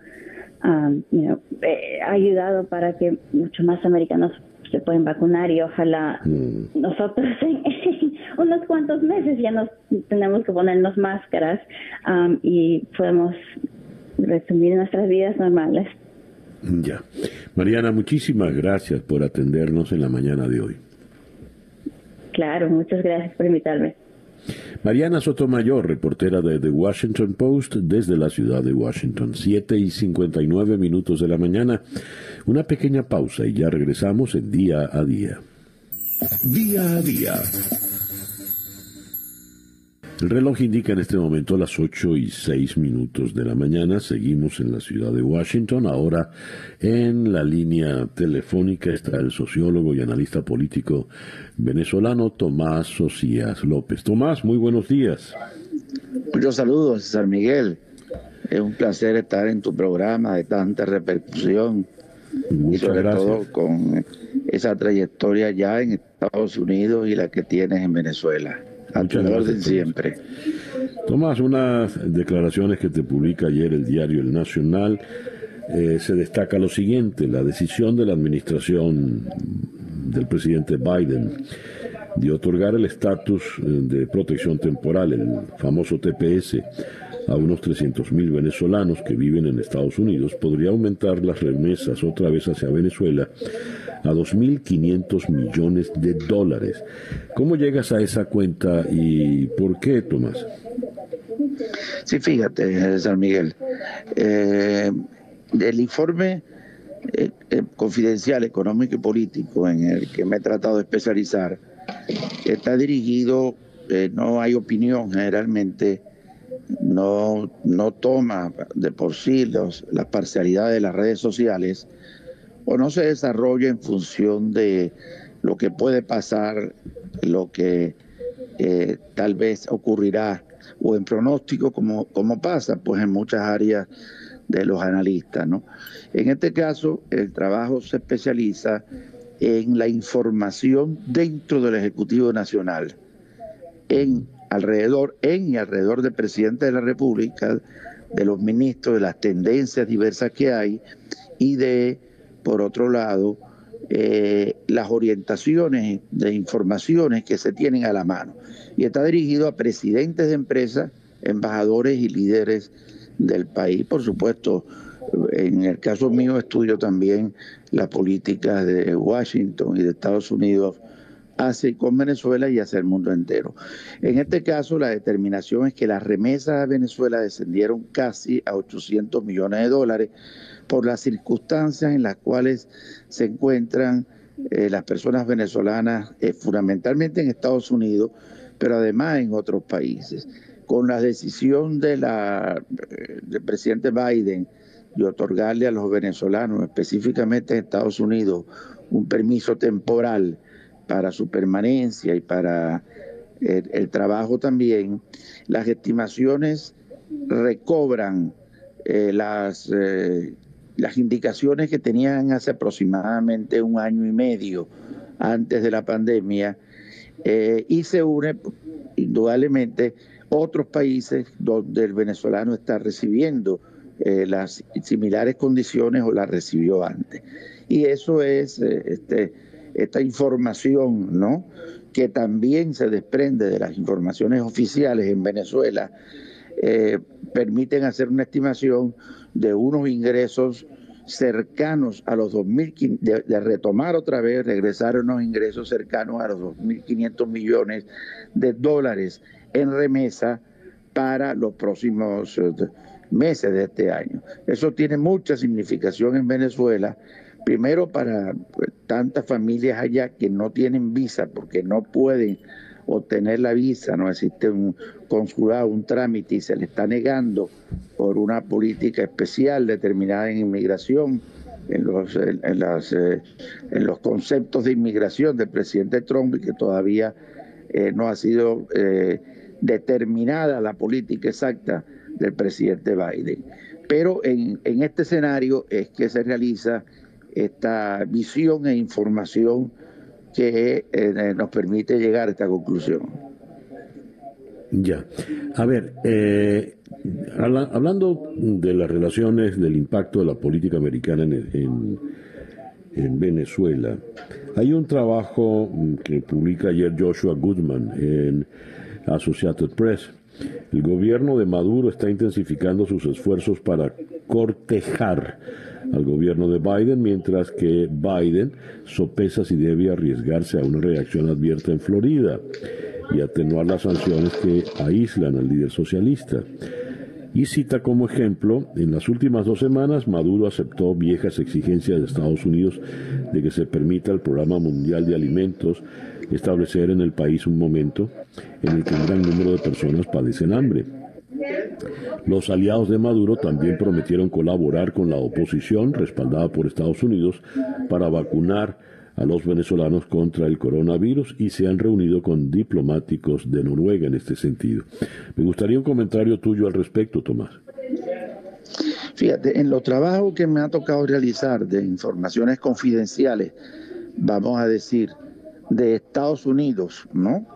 S5: ha ayudado para que muchos más americanos se pueden vacunar, y ojalá nosotros en unos cuantos meses ya nos tenemos que ponernos máscaras y podemos resumir nuestras vidas normales.
S1: Ya. Mariana, muchísimas gracias por atendernos en la mañana de hoy.
S5: Claro, muchas gracias por invitarme.
S1: Mariana Sotomayor, reportera de The Washington Post desde la ciudad de Washington. 7:59 de la mañana. Una pequeña pausa y ya regresamos en Día a Día.
S2: Día a Día.
S1: El reloj indica en este momento las 8:06 de la mañana. Seguimos en la ciudad de Washington. Ahora en la línea telefónica está el sociólogo y analista político venezolano Tomás Socias López. Tomás, muy buenos días.
S6: Muchos saludos, César Miguel. Es un placer estar en tu programa de tanta repercusión.
S1: Muchas
S6: y sobre
S1: gracias.
S6: todo con esa trayectoria ya en Estados Unidos y la que tienes en Venezuela. A tu orden siempre.
S1: Tomás, unas declaraciones que te publica ayer el diario El Nacional, se destaca lo siguiente: la decisión de la administración del presidente Biden de otorgar el estatus de protección temporal, el famoso TPS, a unos 300,000 venezolanos que viven en Estados Unidos, podría aumentar las remesas otra vez hacia Venezuela a $2.500 millones. ¿Cómo llegas a esa cuenta y por qué, Tomás?
S6: Sí, fíjate, San Miguel, el informe confidencial económico y político en el que me he tratado de especializar está dirigido, no hay opinión generalmente, no toma de por sí las parcialidades de las redes sociales, o no se desarrolla en función de lo que puede pasar, lo que tal vez ocurrirá, o en pronóstico como pasa pues en muchas áreas de los analistas, ¿no? En este caso, el trabajo se especializa en la información dentro del Ejecutivo Nacional, alrededor del presidente de la República, de los ministros, de las tendencias diversas que hay y de por otro lado, las orientaciones de informaciones que se tienen a la mano. Y está dirigido a presidentes de empresas, embajadores y líderes del país. Por supuesto, en el caso mío estudio también la política de Washington y de Estados Unidos hacia con Venezuela y hacia el mundo entero. En este caso, la determinación es que las remesas a Venezuela descendieron casi a $800 millones por las circunstancias en las cuales se encuentran las personas venezolanas, fundamentalmente en Estados Unidos, pero además en otros países. Con la decisión del presidente Biden de otorgarle a los venezolanos, específicamente en Estados Unidos, un permiso temporal para su permanencia y para el trabajo también, las estimaciones recobran las indicaciones que tenían hace aproximadamente 1 año y medio antes de la pandemia, y se une indudablemente otros países donde el venezolano está recibiendo las similares condiciones o las recibió antes. Y eso es esta información, ¿no?, que también se desprende de las informaciones oficiales en Venezuela, permiten hacer una estimación de unos ingresos cercanos a los 2.000, de retomar otra vez, regresar a unos ingresos cercanos a los 2.500 millones de dólares en remesa para los próximos meses de este año. Eso tiene mucha significación en Venezuela, primero para tantas familias allá que no tienen visa porque no pueden obtener la visa, no existe un consulado, un trámite y se le está negando por una política especial determinada en inmigración, en los conceptos de inmigración del presidente Trump, y que todavía no ha sido determinada la política exacta del presidente Biden. Pero en este escenario es que se realiza esta visión e información que nos permite llegar a esta conclusión.
S1: Ya. A ver, hablando de las relaciones, del impacto de la política americana en Venezuela, hay un trabajo que publica ayer Joshua Goodman en Associated Press. El gobierno de Maduro está intensificando sus esfuerzos para cortejar al gobierno de Biden, mientras que Biden sopesa si debe arriesgarse a una reacción adversa en Florida y atenuar las sanciones que aíslan al líder socialista. Y cita como ejemplo, en las últimas 2 semanas Maduro aceptó viejas exigencias de Estados Unidos de que se permita al Programa Mundial de Alimentos establecer en el país un momento en el que un gran número de personas padecen hambre. Los aliados de Maduro también prometieron colaborar con la oposición, respaldada por Estados Unidos, para vacunar a los venezolanos contra el coronavirus, y se han reunido con diplomáticos de Noruega en este sentido. Me gustaría un comentario tuyo al respecto, Tomás.
S6: Fíjate, en los trabajos que me ha tocado realizar de informaciones confidenciales, vamos a decir, de Estados Unidos, ¿no?,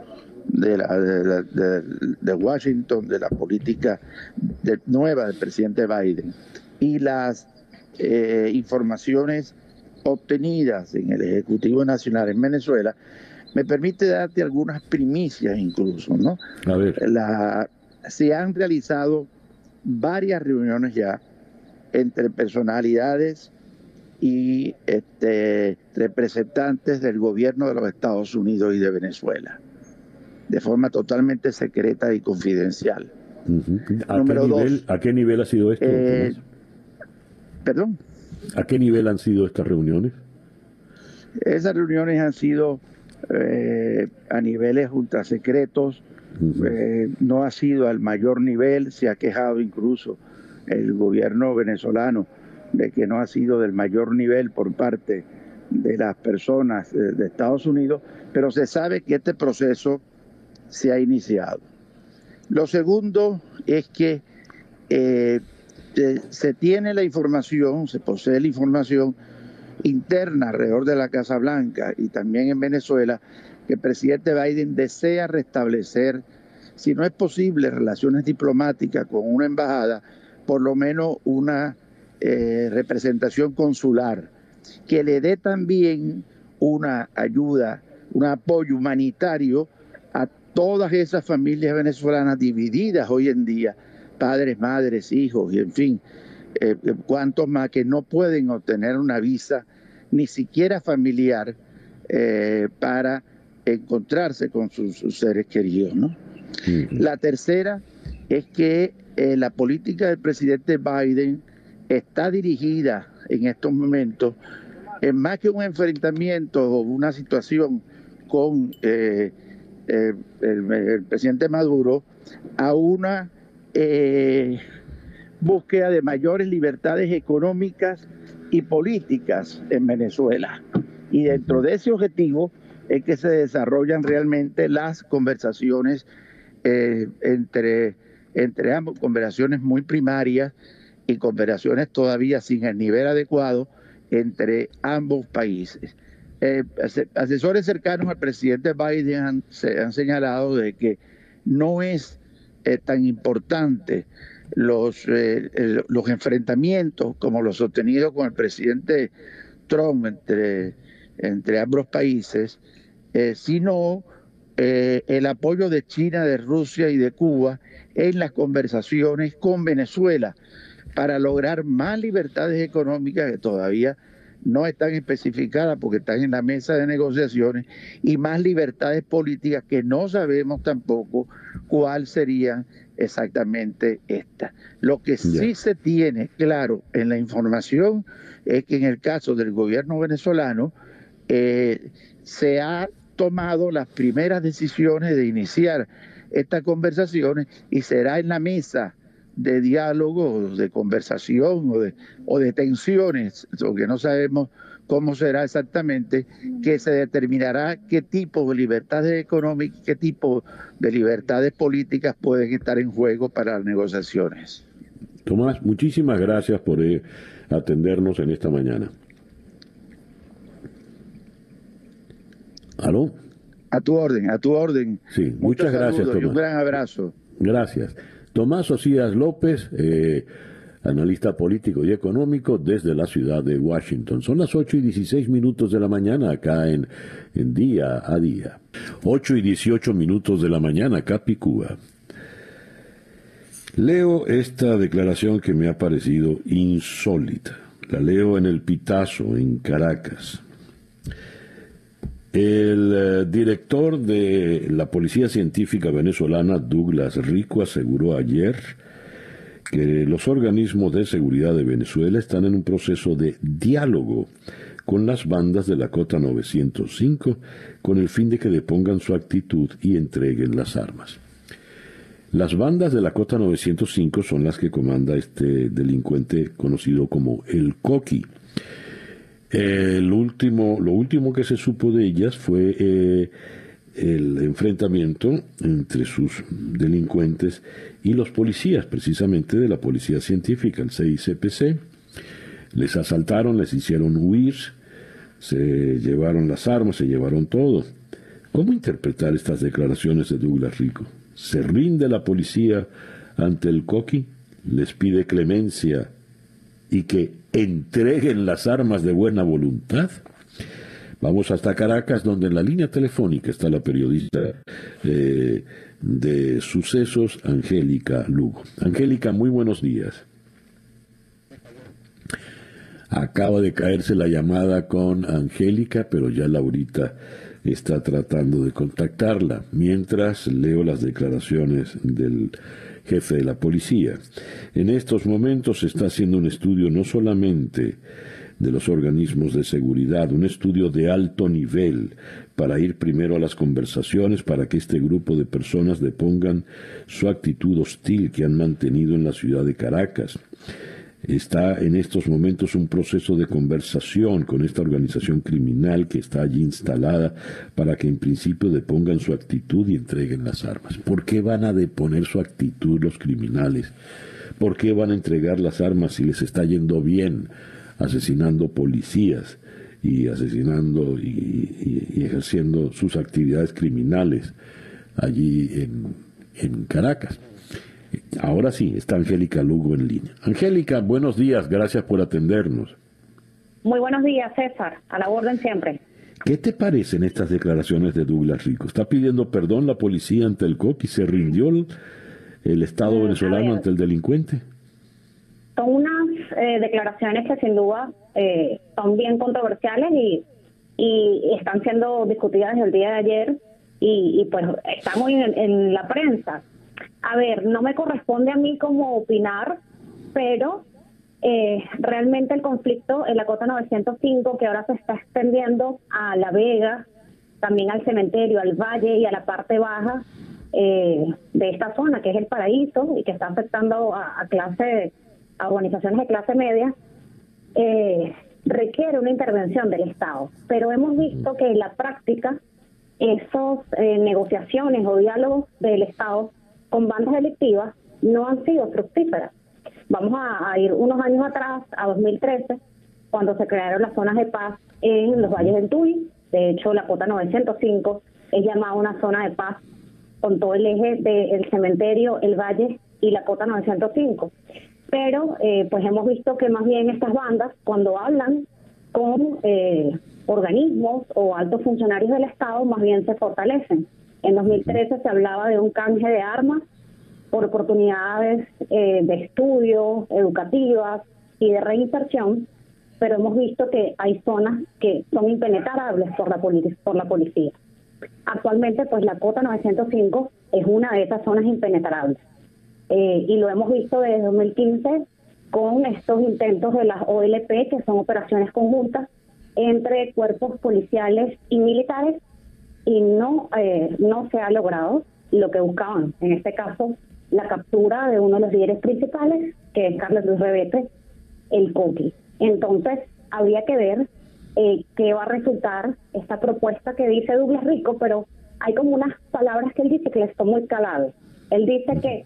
S6: de Washington, de la política nueva del presidente Biden, y las informaciones obtenidas en el Ejecutivo Nacional en Venezuela, me permite darte algunas primicias incluso, ¿no?
S1: A ver.
S6: Se han realizado varias reuniones ya entre personalidades y representantes del gobierno de los Estados Unidos y de Venezuela, de forma totalmente secreta y confidencial.
S1: Uh-huh.
S6: Número 2.
S1: ¿A qué nivel ha sido esto?
S6: ¿Perdón?
S1: ¿A qué nivel han sido estas reuniones?
S6: Esas reuniones han sido a niveles ultrasecretos. Uh-huh. No ha sido al mayor nivel. Se ha quejado incluso el gobierno venezolano de que no ha sido del mayor nivel por parte de las personas de Estados Unidos, pero se sabe que este proceso se ha iniciado. Lo segundo es que se tiene la información, se posee la información interna alrededor de la Casa Blanca y también en Venezuela, que el presidente Biden desea restablecer, si no es posible, relaciones diplomáticas con una embajada, por lo menos una representación consular que le dé también una ayuda, un apoyo humanitario a todas esas familias venezolanas divididas hoy en día, padres, madres, hijos, y en fin, cuantos más que no pueden obtener una visa, ni siquiera familiar, para encontrarse con sus seres queridos, ¿no? La tercera es que la política del presidente Biden está dirigida en estos momentos, en más que un enfrentamiento o una situación con el presidente Maduro, a una búsqueda de mayores libertades económicas y políticas en Venezuela. Y dentro de ese objetivo es que se desarrollan realmente las conversaciones entre ambos, conversaciones muy primarias y conversaciones todavía sin el nivel adecuado entre ambos países. Asesores cercanos al presidente Biden han señalado de que no es tan importante los enfrentamientos como los sostenidos con el presidente Trump entre ambos países, sino el apoyo de China, de Rusia y de Cuba en las conversaciones con Venezuela para lograr más libertades económicas que todavía no están especificadas porque están en la mesa de negociaciones, y más libertades políticas que no sabemos tampoco cuáles serían exactamente estas. Lo que sí se tiene claro en la información es que en el caso del gobierno venezolano se ha tomado las primeras decisiones de iniciar estas conversaciones, y será en la mesa de diálogo, de conversación o de tensiones, porque no sabemos cómo será exactamente, que se determinará qué tipo de libertades económicas, qué tipo de libertades políticas pueden estar en juego para las negociaciones.
S1: Tomás, muchísimas gracias por atendernos en esta mañana. ¿Aló?
S6: A tu orden, a tu orden.
S1: Sí, muchas gracias, Tomás.
S6: Y un gran abrazo.
S1: Gracias. Tomás Osías López, analista político y económico desde la ciudad de Washington. Son las 8:16 de la mañana acá en Día a Día. 8:18 de la mañana acá Picúa. Leo esta declaración que me ha parecido insólita. La leo en El Pitazo, en Caracas. El director de la Policía Científica venezolana, Douglas Rico, aseguró ayer que los organismos de seguridad de Venezuela están en un proceso de diálogo con las bandas de la Cota 905 con el fin de que depongan su actitud y entreguen las armas. Las bandas de la Cota 905 son las que comanda este delincuente conocido como el Coqui. Lo último que se supo de ellas fue el enfrentamiento entre sus delincuentes y los policías, precisamente de la Policía Científica, el CICPC. Les asaltaron, les hicieron huir, se llevaron las armas, se llevaron todo. ¿Cómo interpretar estas declaraciones de Douglas Rico? ¿Se rinde la policía ante el Coqui? ¿Les pide clemencia y que entreguen las armas de buena voluntad? Vamos hasta Caracas, donde en la línea telefónica está la periodista de Sucesos, Angélica Lugo. Angélica, muy buenos días. Acaba de caerse la llamada con Angélica, pero ya Laurita está tratando de contactarla, mientras leo las declaraciones del jefe de la policía. En estos momentos se está haciendo un estudio no solamente de los organismos de seguridad, un estudio de alto nivel para ir primero a las conversaciones para que este grupo de personas depongan su actitud hostil que han mantenido en la ciudad de Caracas. Está en estos momentos un proceso de conversación con esta organización criminal que está allí instalada para que en principio depongan su actitud y entreguen las armas. ¿Por qué van a deponer su actitud los criminales? ¿Por qué van a entregar las armas si les está yendo bien asesinando policías y asesinando y ejerciendo sus actividades criminales allí en Caracas? Ahora sí, está Angélica Lugo en línea. Angélica, buenos días, gracias por atendernos.
S7: Muy buenos días, César. A la orden siempre.
S1: ¿Qué te parecen estas declaraciones de Douglas Rico? ¿Está pidiendo perdón la policía ante el COC y se rindió el Estado venezolano ante el delincuente?
S7: Son unas declaraciones que sin duda son bien controversiales y están siendo discutidas desde el día de ayer y pues estamos en la prensa. A ver, no me corresponde a mí como opinar, pero realmente el conflicto en la Cota 905, que ahora se está extendiendo a La Vega, también al cementerio, al valle y a la parte baja de esta zona, que es el Paraíso, y que está afectando a organizaciones de clase media, requiere una intervención del Estado. Pero hemos visto que en la práctica esas negociaciones o diálogos del Estado con bandas delictivas no han sido fructíferas. Vamos a ir unos años atrás, a 2013, cuando se crearon las zonas de paz en los valles del Tuy. De hecho, la Cota 905 es llamada una zona de paz con todo el eje del cementerio, el valle y la Cota 905. Pero pues hemos visto que más bien estas bandas, cuando hablan con organismos o altos funcionarios del Estado, más bien se fortalecen. En 2013 se hablaba de un canje de armas por oportunidades de estudio, educativas y de reinserción, pero hemos visto que hay zonas que son impenetrables por la policía. Actualmente, pues la Cota 905 es una de esas zonas impenetrables. Y lo hemos visto desde 2015 con estos intentos de las OLP, que son operaciones conjuntas entre cuerpos policiales y militares, y no se ha logrado lo que buscaban, en este caso, la captura de uno de los líderes principales, que es Carlos Luis Rebete, el Coqui. Entonces, habría que ver qué va a resultar esta propuesta que dice Douglas Rico, pero hay como unas palabras que él dice que le son muy caladas. Él dice que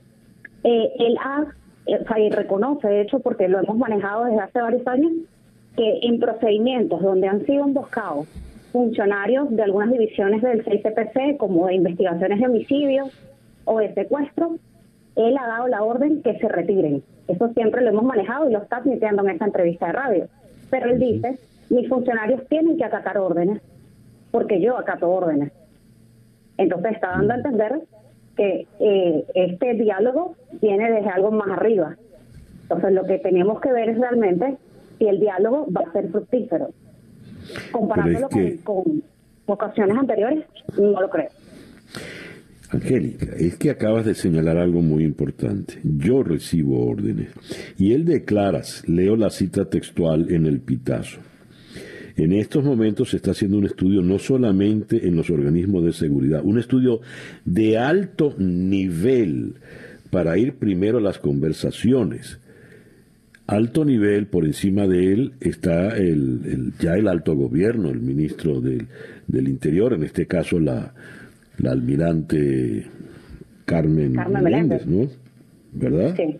S7: y reconoce, de hecho, porque lo hemos manejado desde hace varios años, que en procedimientos donde han sido emboscados funcionarios de algunas divisiones del 6CPC, como de investigaciones de homicidios o de secuestro, él ha dado la orden que se retiren. Eso siempre lo hemos manejado y lo está admitiendo en esta entrevista de radio. Pero él dice, mis funcionarios tienen que acatar órdenes, porque yo acato órdenes. Entonces está dando a entender que este diálogo viene desde algo más arriba. Entonces lo que tenemos que ver es realmente si el diálogo va a ser fructífero. Comparándolo con ocasiones anteriores, no lo creo.
S1: Angélica, es que acabas de señalar algo muy importante. Yo recibo órdenes. Y él declara, leo la cita textual en el pitazo. En estos momentos se está haciendo un estudio no solamente en los organismos de seguridad, un estudio de alto nivel para ir primero a las conversaciones. Alto nivel, por encima de él está ya el alto gobierno, el ministro del Interior, en este caso la almirante Carmen Meléndez, ¿no? ¿Verdad?
S7: Sí.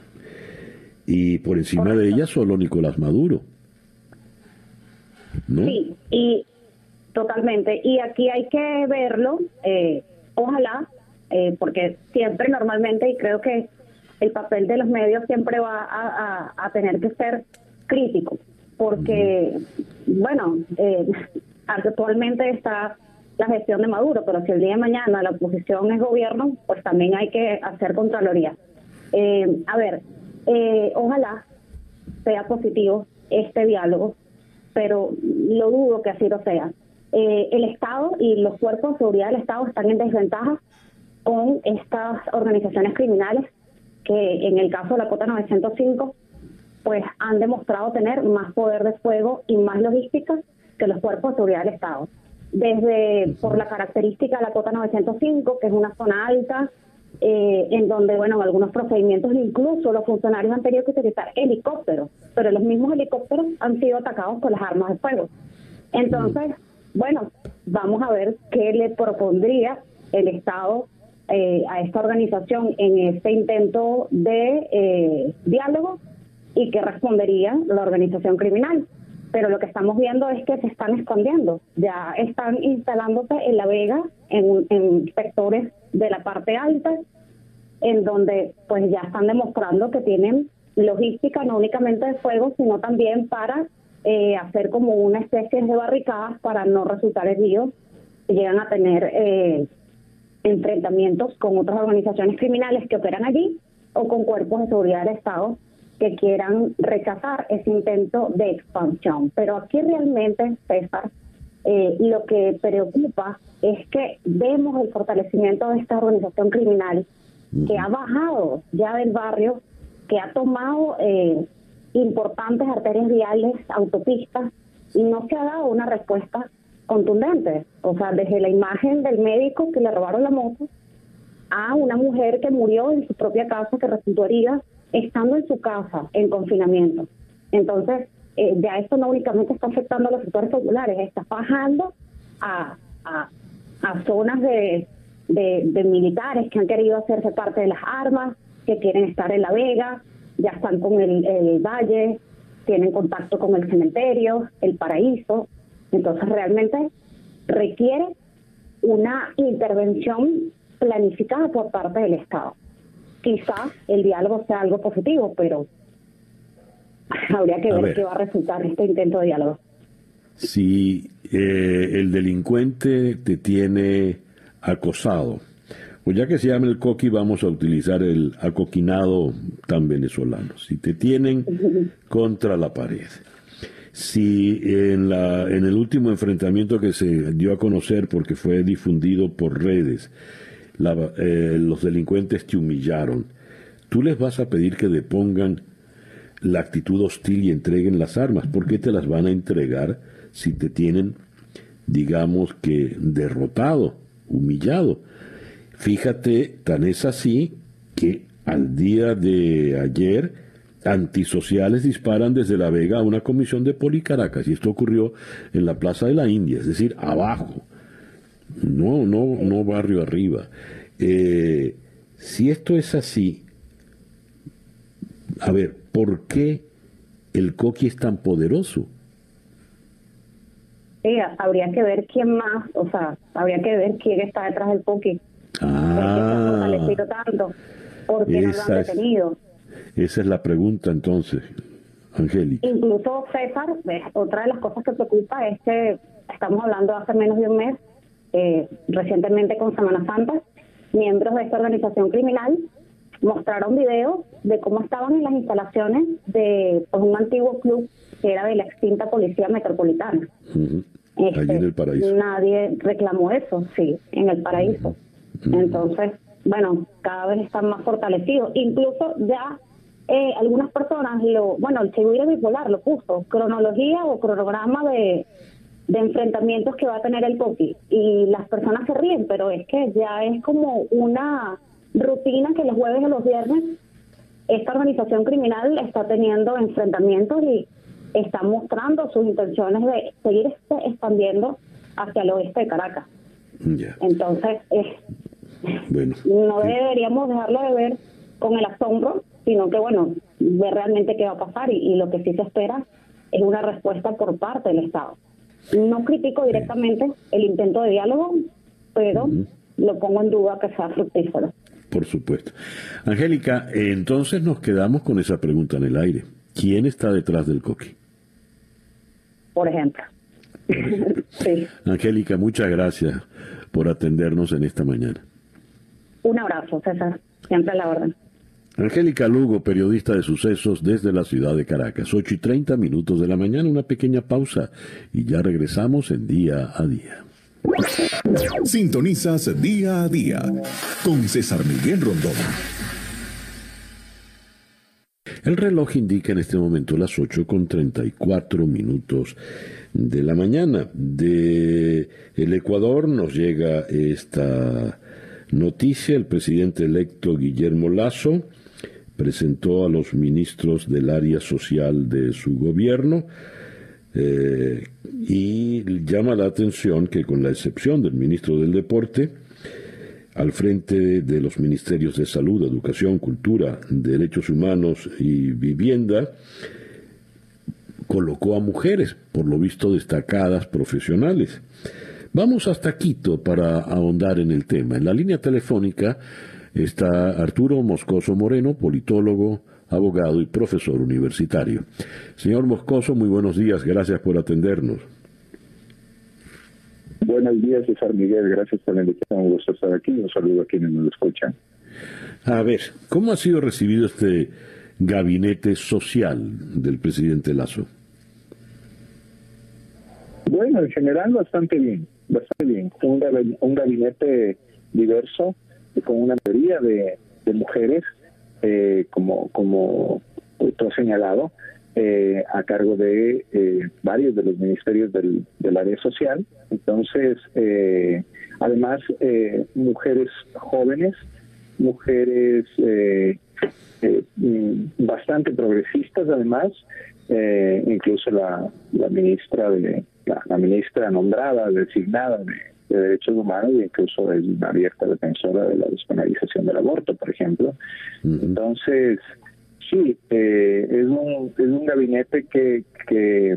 S1: Y por encima de ella solo Nicolás Maduro, ¿no?
S7: Sí, y totalmente. Y aquí hay que verlo, ojalá, porque siempre normalmente, y creo que el papel de los medios siempre va a tener que ser crítico, porque, bueno, actualmente está la gestión de Maduro, pero si el día de mañana la oposición es gobierno, pues también hay que hacer contraloría. Ojalá sea positivo este diálogo, pero lo dudo que así lo sea. El Estado y los cuerpos de seguridad del Estado están en desventaja con estas organizaciones criminales que en el caso de la Cota 905 pues han demostrado tener más poder de fuego y más logística que los cuerpos de seguridad del Estado. Desde por la característica de la Cota 905, que es una zona alta, en donde, bueno, en algunos procedimientos incluso los funcionarios han tenido que utilizar helicópteros, pero los mismos helicópteros han sido atacados por las armas de fuego. Entonces, bueno, vamos a ver qué le propondría el Estado a esta organización en este intento de diálogo y qué respondería la organización criminal. Pero lo que estamos viendo es que se están escondiendo, ya están instalándose en La Vega, en sectores de la parte alta, en donde pues ya están demostrando que tienen logística no únicamente de fuego, sino también para hacer como una especie de barricadas para no resultar heridos, si llegan a tener enfrentamientos con otras organizaciones criminales que operan allí o con cuerpos de seguridad del Estado que quieran rechazar ese intento de expansión. Pero aquí realmente, César, lo que preocupa es que vemos el fortalecimiento de esta organización criminal que ha bajado ya del barrio, que ha tomado importantes arterias viales, autopistas, y no se ha dado una respuesta contundente. O sea, desde la imagen del médico que le robaron la moto a una mujer que murió en su propia casa, que resultó herida estando en su casa en confinamiento. Entonces, ya esto no únicamente está afectando a los sectores populares, está bajando a zonas de militares que han querido hacerse parte de las armas, que quieren estar en La Vega, ya están con el Valle, tienen contacto con el cementerio, el Paraíso. Entonces realmente requiere una intervención planificada por parte del Estado. Quizás el diálogo sea algo positivo, pero habría que ver qué va a resultar este intento de diálogo.
S1: Si el delincuente te tiene acosado, pues ya que se llama el coqui, vamos a utilizar el acoquinado tan venezolano. Si te tienen contra la pared, si en el último enfrentamiento que se dio a conocer porque fue difundido por redes, los delincuentes te humillaron, tú les vas a pedir que depongan la actitud hostil y entreguen las armas. ¿Por qué te las van a entregar si te tienen, digamos que, derrotado, humillado? Fíjate, tan es así que al día de ayer antisociales disparan desde La Vega a una comisión de Policaracas, y esto ocurrió en la Plaza de la India, es decir, abajo, no barrio arriba. Si esto es así, a ver, ¿por qué el coqui es tan poderoso?
S7: Sí, habría que ver quién más, o sea, habría que ver quién está detrás del coqui. ¿Por qué se ha fortalecido tanto? ¿Por qué no lo han detenido?
S1: Esa es la pregunta entonces, Angélica.
S7: Incluso, César, otra de las cosas que preocupa es que estamos hablando hace menos de un mes, recientemente con Semana Santa, miembros de esta organización criminal mostraron videos de cómo estaban en las instalaciones de un antiguo club que era de la extinta Policía Metropolitana.
S1: Allí en el Paraíso.
S7: Nadie reclamó eso, sí, en el Paraíso. Entonces, bueno, cada vez están más fortalecidos. Incluso ya algunas personas, el Seguridad Bipolar lo puso, cronología o cronograma de enfrentamientos que va a tener el coqui. Y las personas se ríen, pero es que ya es como una rutina que los jueves o los viernes esta organización criminal está teniendo enfrentamientos y está mostrando sus intenciones de seguir expandiendo hacia el oeste de Caracas. Entonces, no deberíamos dejarlo de ver con el asombro, sino que, ver realmente qué va a pasar y lo que sí se espera es una respuesta por parte del Estado. No critico directamente el intento de diálogo, pero lo pongo en duda que sea fructífero.
S1: Por supuesto. Angélica, entonces nos quedamos con esa pregunta en el aire. ¿Quién está detrás del coqui?
S7: Por ejemplo. Sí.
S1: Angélica, muchas gracias por atendernos en esta mañana.
S7: Un abrazo, César. Siempre a la orden.
S1: Angélica Lugo, periodista de sucesos desde la ciudad de Caracas. 8:30 de la mañana, una pequeña pausa y ya regresamos en Día a Día.
S2: Sintonizas Día a Día con César Miguel Rondón.
S1: El reloj indica en este momento las 8:34 de la mañana. De el Ecuador nos llega esta noticia. El presidente electo Guillermo Lasso presentó a los ministros del área social de su gobierno y llama la atención que, con la excepción del ministro del Deporte, al frente de los ministerios de Salud, Educación, Cultura, Derechos Humanos y Vivienda, colocó a mujeres, por lo visto destacadas profesionales. Vamos hasta Quito para ahondar en el tema. En la línea telefónica está Arturo Moscoso Moreno, politólogo, abogado y profesor universitario. Señor Moscoso, muy buenos días, gracias por atendernos.
S8: Buenos días, César Miguel, gracias por la invitación, un gusto estar aquí, un saludo a quienes nos escuchan.
S1: A ver, ¿cómo ha sido recibido este gabinete social del presidente Lasso?
S8: Bueno, en general bastante bien. Un gabinete diverso, con una mayoría de mujeres, como tú has señalado, a cargo de varios de los ministerios del área social. Entonces, además, mujeres jóvenes, mujeres bastante progresistas, además, incluso la ministra nombrada, designada de Derechos Humanos, e incluso es una abierta defensora de la despenalización del aborto, por ejemplo. Uh-huh. Entonces, sí, es un gabinete que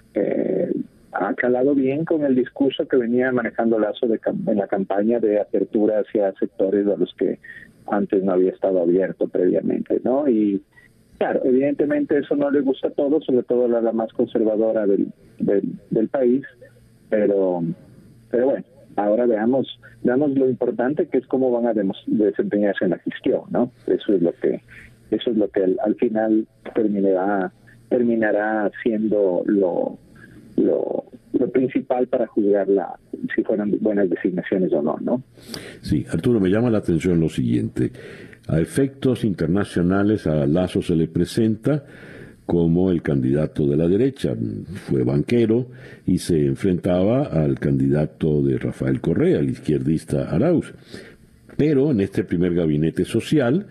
S8: ha calado bien con el discurso que venía manejando Lasso en la campaña de apertura hacia sectores a los que antes no había estado abierto previamente, ¿no? Y claro, evidentemente eso no le gusta a todos, sobre todo a la más conservadora del país, pero bueno, ahora veamos lo importante, que es cómo van a desempeñarse en la gestión, ¿no? Eso es lo que al final terminará siendo lo principal para juzgar si fueron buenas designaciones o no, ¿no?
S1: Sí, Arturo, me llama la atención lo siguiente. A efectos internacionales, a Lasso se le presenta como el candidato de la derecha. Fue banquero y se enfrentaba al candidato de Rafael Correa, el izquierdista Arauz. Pero en este primer gabinete social,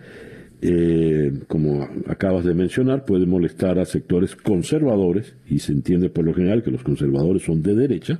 S1: como acabas de mencionar, puede molestar a sectores conservadores, y se entiende por lo general que los conservadores son de derecha,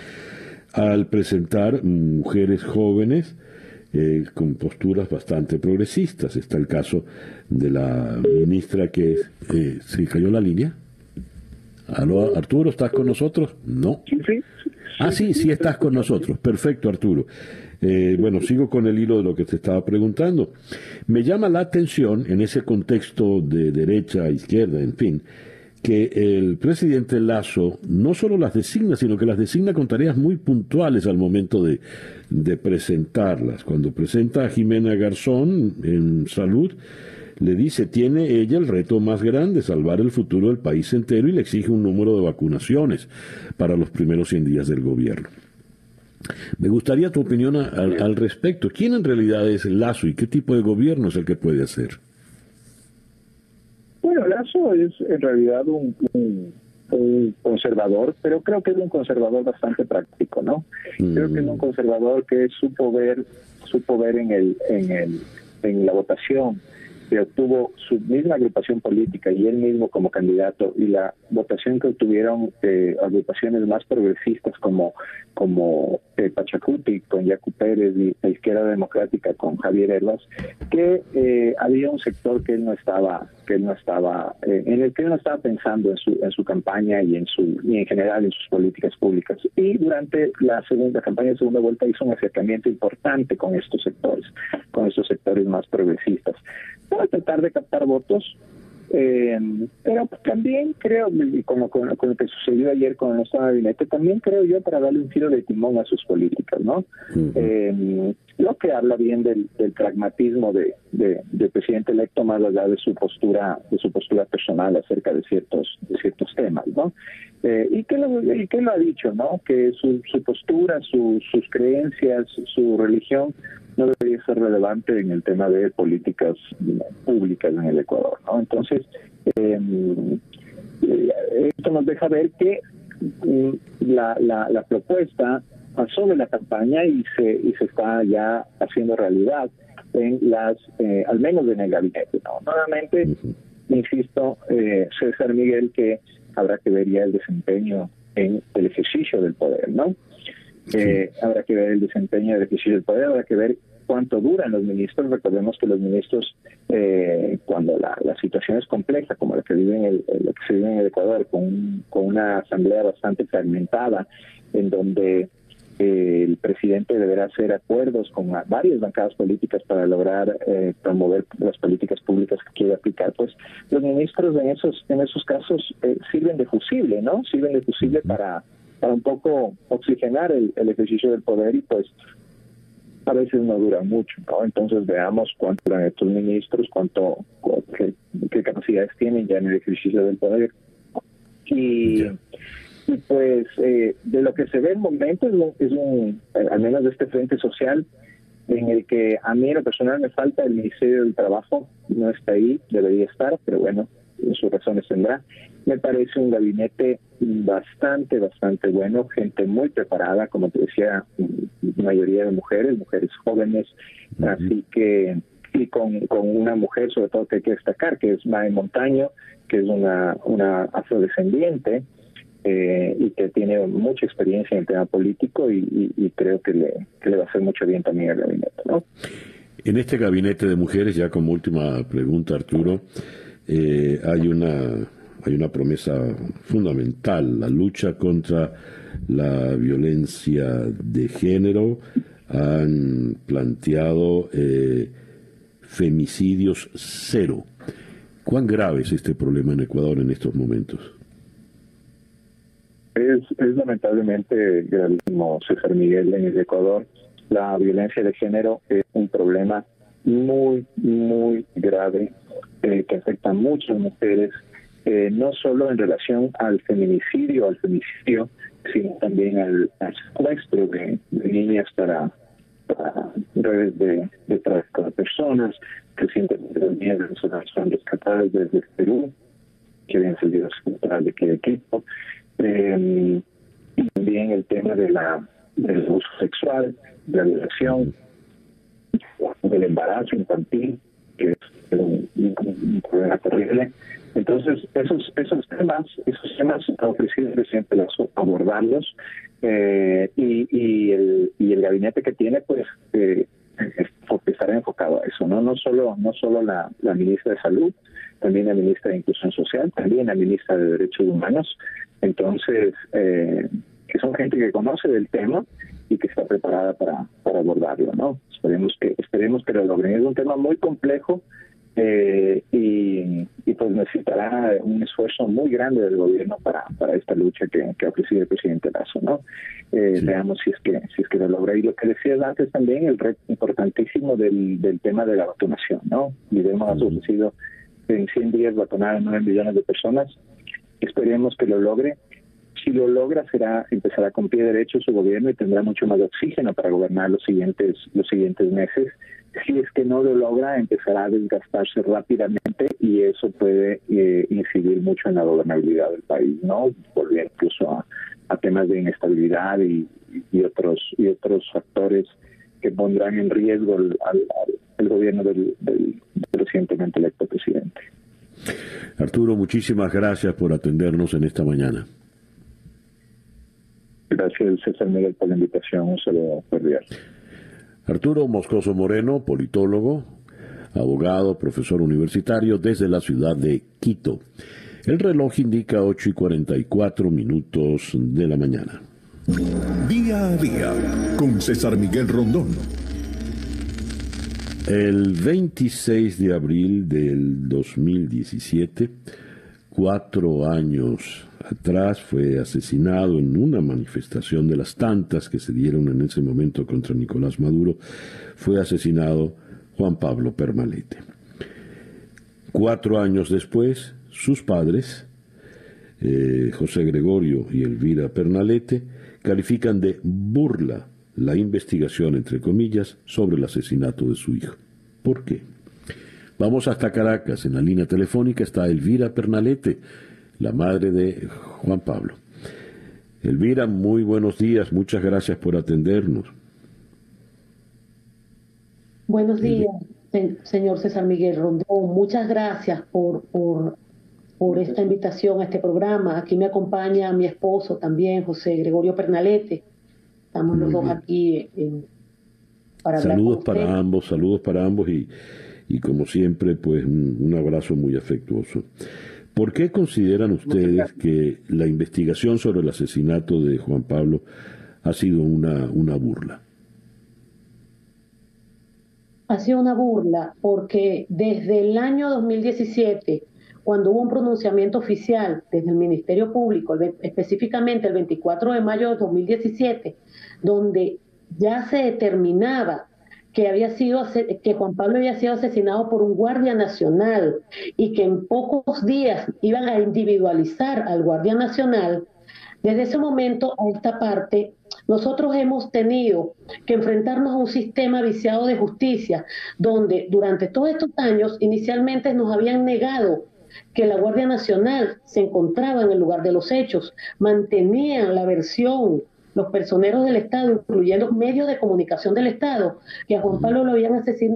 S1: al presentar mujeres jóvenes con posturas bastante progresistas. Está el caso de la ministra que ¿se cayó la línea? ¿Aló, Arturo, estás con nosotros? No. Sí. Sí estás con nosotros. Perfecto, Arturo. Bueno, sigo con el hilo de lo que te estaba preguntando. Me llama la atención, en ese contexto de derecha, izquierda, en fin, que el presidente Lasso no solo las designa, sino que las designa con tareas muy puntuales al momento de presentarlas. Cuando presenta a Jimena Garzón en salud, le dice, tiene ella el reto más grande, salvar el futuro del país entero, y le exige un número de vacunaciones para los primeros 100 días del gobierno. Me gustaría tu opinión al respecto. ¿Quién en realidad es Lasso y qué tipo de gobierno es el que puede hacer?
S8: Bueno, Lasso es en realidad un conservador, pero creo que es un conservador bastante práctico, ¿no? Creo que es un conservador que supo ver en la votación que obtuvo su misma agrupación política y él mismo como candidato, y la votación que obtuvieron agrupaciones más progresistas como Pachacuti con Yacu Pérez y la Izquierda Democrática con Javier Herbas, que había un sector en el que él no estaba pensando en su campaña y en general en sus políticas públicas. Y durante la campaña de segunda vuelta hizo un acercamiento importante con estos sectores más progresistas, para tratar de captar votos. Pero también creo, y con lo que sucedió ayer con nuestro gabinete, también creo yo para darle un giro de timón a sus políticas, ¿no? Uh-huh. Lo que habla bien del pragmatismo del presidente electo, más allá de su postura personal acerca de ciertos temas, ¿no? Y que lo ha dicho, ¿no? Que su postura, sus creencias, su religión no debería ser relevante en el tema de políticas públicas en el Ecuador, ¿no? Entonces, esto nos deja ver que la propuesta pasó de la campaña y se está ya haciendo realidad al menos en el gabinete, ¿no? Nuevamente, insisto, César Miguel, que habrá que ver ya el desempeño en el ejercicio del poder, ¿no? Habrá que ver el desempeño del ejercicio del poder, habrá que ver cuánto duran los ministros. Recordemos que los ministros, cuando la situación es compleja, como la que se vive en el Ecuador, con una asamblea bastante fragmentada, en donde el presidente deberá hacer acuerdos con varias bancadas políticas para lograr promover las políticas públicas que quiere aplicar. Pues los ministros en esos casos sirven de fusible, ¿no? Sirven de fusible para un poco oxigenar el ejercicio del poder, y pues a veces no duran mucho, ¿no? Entonces veamos cuánto duran estos ministros, qué capacidades tienen ya en el ejercicio del poder. Y pues de lo que se ve en el momento es un al menos de este frente social, en el que a mí en lo personal me falta el Ministerio del Trabajo. No está ahí, debería estar, pero bueno, sus razones tendrá. Me parece un gabinete bastante bueno, gente muy preparada, como te decía, mayoría de mujeres jóvenes, así que, y con una mujer sobre todo que hay que destacar, que es Mae Montaño, que es una afrodescendiente, y que tiene mucha experiencia en el tema político, y creo que le va a hacer mucho bien también al gabinete, ¿no?
S1: En este gabinete de mujeres, ya como última pregunta, Arturo, hay una promesa fundamental: la lucha contra la violencia de género. Han planteado femicidios cero. ¿Cuán grave es este problema en Ecuador en estos momentos?
S8: Es lamentablemente gravísimo, César Miguel. En el Ecuador la violencia de género es un problema muy grave, que afecta a muchas mujeres, no solo en relación al femicidio, sino también al secuestro de niñas para redes de tráfico de personas. Recientemente las niñas venezolanas fueron rescatadas desde Perú, que habían salido de Quito. Y también el tema del abuso sexual, de la violación, del embarazo infantil, que es un problema terrible. Entonces, esos temas ha ofrecido el presidente Lazo abordarlos, y el gabinete que tiene, pues, estará enfocado a eso, ¿no? No solo la ministra de Salud, también la ministra de Inclusión Social, también la ministra de Derechos Humanos. Entonces, que son gente que conoce del tema y que está preparada para abordarlo, ¿no? Esperemos que lo logren. Es un tema muy complejo, y pues necesitará un esfuerzo muy grande del gobierno para esta lucha que ha ofrecido el presidente Lazo, ¿no? Sí. Veamos si es que lo logra. Y lo que decías antes también, el reto importantísimo del tema de la vacunación, ¿no? Y hemos ofrecido en 100 días vacunar a 9 millones de personas. Esperemos que lo logre. Si lo logra, empezará con pie derecho su gobierno y tendrá mucho más oxígeno para gobernar los siguientes meses. Si es que no lo logra, empezará a desgastarse rápidamente, y eso puede incidir mucho en la gobernabilidad del país, ¿no? Volviendo incluso a temas de inestabilidad y otros factores que pondrán en riesgo el gobierno del recientemente electo presidente.
S1: Arturo, muchísimas gracias por atendernos en esta mañana.
S8: Gracias, César Miguel, por la invitación. Un saludo cordial.
S1: Arturo Moscoso Moreno, politólogo, abogado, profesor universitario desde la ciudad de Quito. El reloj indica 8:44 de la mañana.
S2: Día a día con César Miguel Rondón.
S1: El 26 de abril del 2017, 4 años atrás, fue asesinado en una manifestación de las tantas que se dieron en ese momento contra Nicolás Maduro. Fue asesinado Juan Pablo Pernalete. 4 años después, sus padres, José Gregorio y Elvira Pernalete, califican de burla la investigación, entre comillas, sobre el asesinato de su hijo. ¿Por qué? Vamos hasta Caracas. En la línea telefónica está Elvira Pernalete, la madre de Juan Pablo. Elvira, muy buenos días. Muchas gracias por atendernos.
S9: Buenos días, señor César Miguel Rondón. Muchas gracias por esta invitación a este programa. Aquí me acompaña mi esposo también, José Gregorio Pernalete. Estamos los dos aquí para hablar con usted.
S1: Saludos para ambos y como siempre, pues un abrazo muy afectuoso. ¿Por qué consideran ustedes que la investigación sobre el asesinato de Juan Pablo ha sido una burla?
S9: Ha sido una burla porque desde el año 2017, cuando hubo un pronunciamiento oficial desde el Ministerio Público, específicamente el 24 de mayo de 2017, donde ya se determinaba que Juan Pablo había sido asesinado por un guardia nacional y que en pocos días iban a individualizar al guardia nacional, desde ese momento a esta parte, nosotros hemos tenido que enfrentarnos a un sistema viciado de justicia, donde durante todos estos años inicialmente nos habían negado que la Guardia Nacional se encontraba en el lugar de los hechos, mantenían la versión, los personeros del Estado, incluyendo medios de comunicación del Estado, que a Juan Pablo lo habían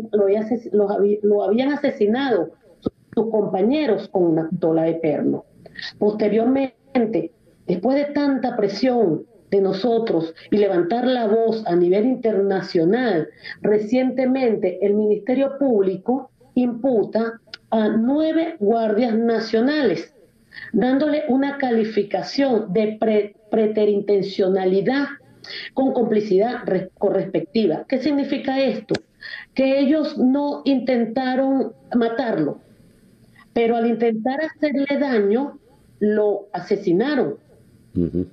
S9: asesinado sus compañeros con una pistola de perno. Posteriormente, después de tanta presión de nosotros y levantar la voz a nivel internacional, recientemente el Ministerio Público imputa a 9 guardias nacionales, dándole una calificación de preterintencionalidad con complicidad correspectiva. ¿Qué significa esto? Que ellos no intentaron matarlo, pero al intentar hacerle daño, lo asesinaron. Uh-huh.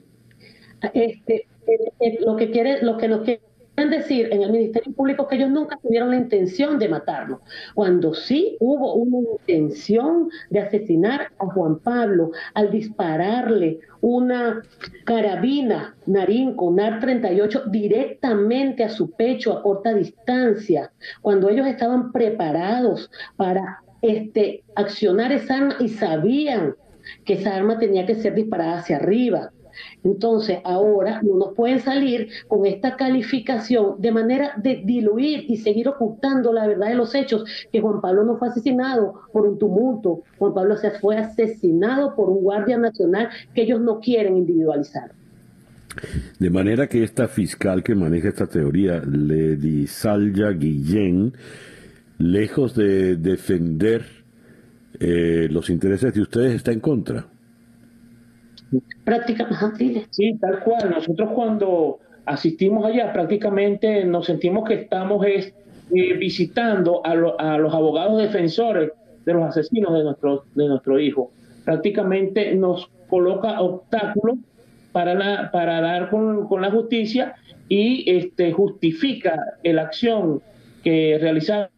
S9: Lo que nos quieren decir en el Ministerio Público es que ellos nunca tuvieron la intención de matarlo, cuando sí hubo una intención de asesinar a Juan Pablo al dispararle una carabina Narín con AR 38 directamente a su pecho a corta distancia, cuando ellos estaban preparados para accionar esa arma y sabían que esa arma tenía que ser disparada hacia arriba. Entonces ahora no nos pueden salir con esta calificación de manera de diluir y seguir ocultando la verdad de los hechos, que Juan Pablo no fue asesinado por un tumulto, Juan Pablo fue asesinado por un guardia nacional que ellos no quieren individualizar.
S1: De manera que esta fiscal que maneja esta teoría, Lady Salya Guillén, lejos de defender los intereses de ustedes, está en contra.
S10: Sí, tal cual. Nosotros cuando asistimos allá prácticamente nos sentimos que estamos visitando a los abogados defensores de los asesinos de nuestro hijo. Prácticamente nos coloca obstáculos para dar con la justicia y justifica la acción que realizaron.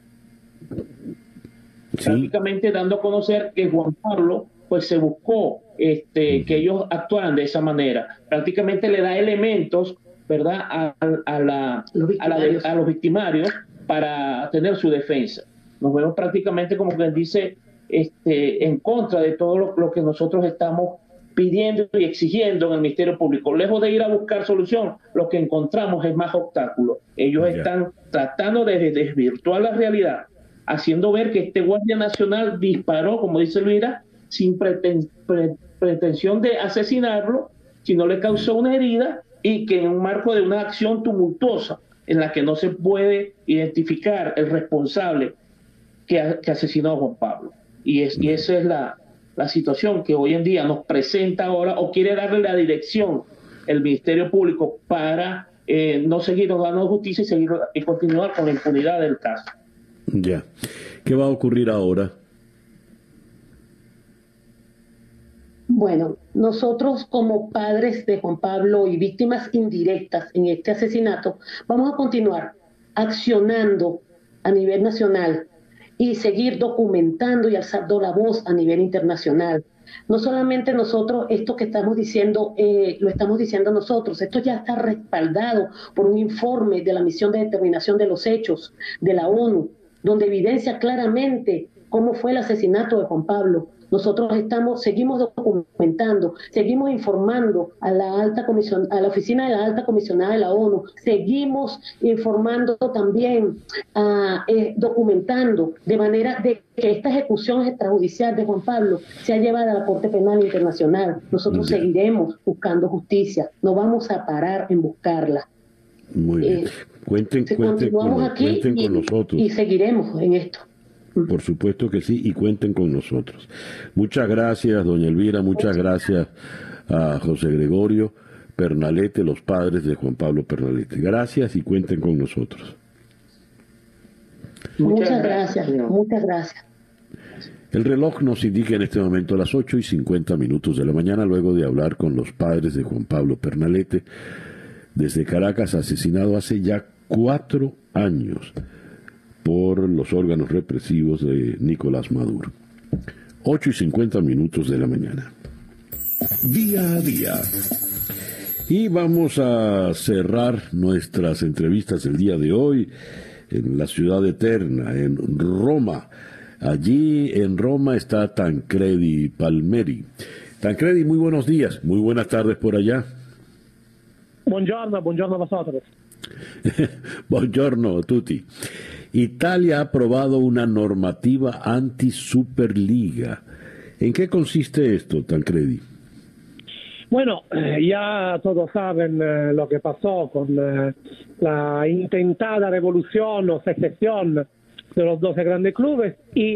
S10: Sí. Prácticamente dando a conocer que Juan Pablo pues se buscó que ellos actuaran de esa manera. Prácticamente le da elementos, ¿verdad?, a los victimarios para tener su defensa. Nos vemos prácticamente, como quien dice, en contra de todo lo que nosotros estamos pidiendo y exigiendo en el Ministerio Público. Lejos de ir a buscar solución, lo que encontramos es más obstáculos. Ellos están tratando de desvirtuar la realidad, haciendo ver que este Guardia Nacional disparó, como dice Luira, sin pretensión de asesinarlo, sino le causó una herida y que en un marco de una acción tumultuosa en la que no se puede identificar el responsable que asesinó a Juan Pablo. Y esa es la situación que hoy en día nos presenta ahora, o quiere darle la dirección el Ministerio Público para no seguir dando justicia y continuar con la impunidad del caso.
S1: Ya. ¿Qué va a ocurrir ahora?
S9: Bueno, nosotros como padres de Juan Pablo y víctimas indirectas en este asesinato, vamos a continuar accionando a nivel nacional y seguir documentando y alzando la voz a nivel internacional. No solamente nosotros, esto que estamos diciendo, lo estamos diciendo nosotros, esto ya está respaldado por un informe de la Misión de Determinación de los Hechos de la ONU, donde evidencia claramente cómo fue el asesinato de Juan Pablo. Nosotros seguimos documentando, seguimos informando a la oficina de la Alta Comisionada de la ONU, seguimos informando también, documentando, de manera de que esta ejecución extrajudicial de Juan Pablo sea llevada a la Corte Penal Internacional. Nosotros seguiremos buscando justicia, no vamos a parar en buscarla.
S1: Muy bien. Cuenten con nosotros.
S9: Y seguiremos en esto.
S1: Por supuesto que sí, y cuenten con nosotros. Muchas gracias, doña Elvira, muchas gracias a José Gregorio. Pernalete, los padres de Juan Pablo Pernalete. Gracias y cuenten con nosotros.
S9: Muchas gracias. Muchas gracias.
S1: El reloj nos indica en este momento las 8:50 de la mañana, luego de hablar con los padres de Juan Pablo Pernalete, desde Caracas, asesinado hace ya 4 años por los órganos represivos de Nicolás Maduro. 8:50 de la mañana.
S2: Día a día.
S1: Y vamos a cerrar nuestras entrevistas el día de hoy en la ciudad eterna, en Roma. Allí en Roma está Tancredi Palmeri. Tancredi, muy buenos días, muy buenas tardes por allá.
S11: Buongiorno a vosotros.
S1: Buongiorno a tutti. Italia ha aprobado una normativa anti-Superliga. ¿En qué consiste esto, Tancredi?
S11: Bueno, ya todos saben lo que pasó con la intentada revolución o secesión de los 12 grandes clubes y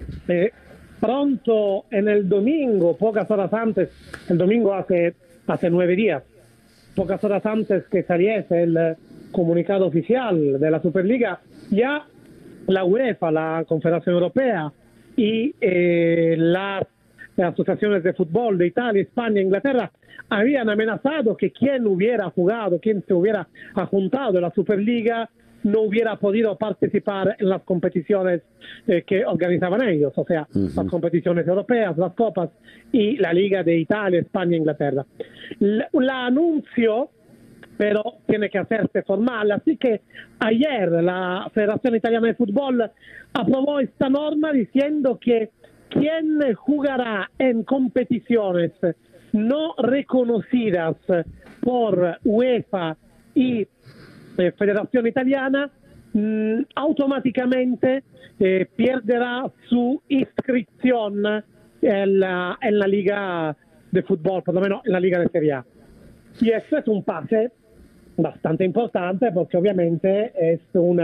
S11: pronto en el domingo, pocas horas antes, el domingo hace 9 días, pocas horas antes que saliese el comunicado oficial de la Superliga, ya la UEFA, la Confederación Europea y las asociaciones de fútbol de Italia, España e Inglaterra habían amenazado que quien hubiera jugado, quien se hubiera juntado en la Superliga no hubiera podido participar en las competiciones que organizaban ellos, o sea, las competiciones europeas, las copas y la Liga de Italia, España e Inglaterra. La anuncio, pero tiene que hacerse formal, así que ayer la Federación Italiana de Fútbol aprobó esta norma diciendo que quien jugará en competiciones no reconocidas por UEFA y Federación Italiana automáticamente perderá su inscripción en la Liga de Fútbol, por lo menos en la Liga de Serie A. Y esto es un pase bastante importante porque obviamente es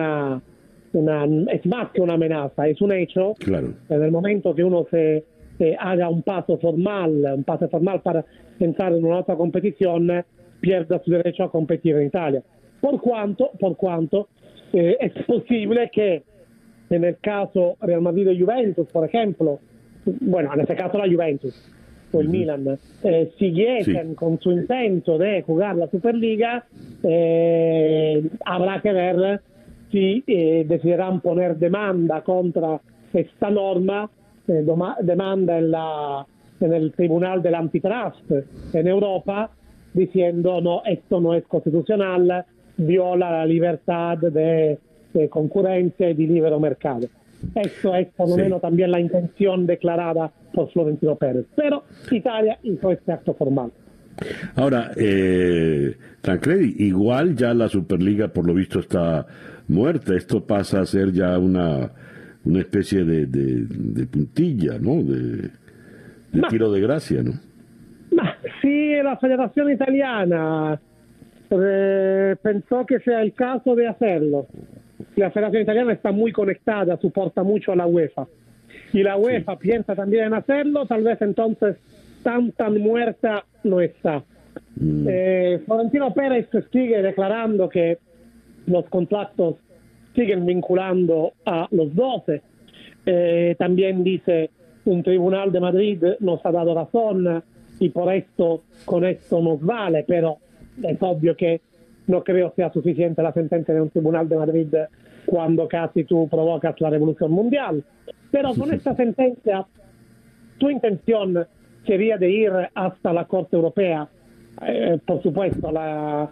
S11: es más que una amenaza, es un hecho.
S1: Claro.
S11: En el momento que uno se haga un pase formal para entrar en una otra competición, pierda su derecho a competir en Italia. Por cuanto es posible que en el caso Real Madrid y Juventus, por ejemplo, bueno, en este caso la Juventus o el Milan, siguiesen con su intento de jugar la Superliga, habrá que ver si decidirán poner demanda contra esta norma, demanda en el Tribunal del Antitrust en Europa, diciendo no, esto no es constitucional, viola la libertad de concurrencia y de libre mercado. Esto es por lo menos también la intención declarada por Florentino Pérez. Pero Italia hizo este acto formal.
S1: Ahora, Tancredi, igual ya la Superliga por lo visto está muerta. Esto pasa a ser ya una especie de puntilla, ¿no? De tiro de gracia, ¿no?
S11: Sí, la Federación Italiana pensó que sea el caso de hacerlo. La Federación Italiana está muy conectada, soporta mucho a la UEFA. Y la UEFA piensa también en hacerlo, tal vez entonces tan muerta no está. Florentino Pérez sigue declarando que los contratos siguen vinculando a los 12. También dice, un tribunal de Madrid nos ha dado razón y por esto, con esto nos vale, pero es obvio que no creo sea suficiente la sentencia de un tribunal de Madrid cuando casi tú provocas la revolución mundial. Pero con esta sentencia, tu intención sería de ir hasta la Corte Europea, por supuesto, para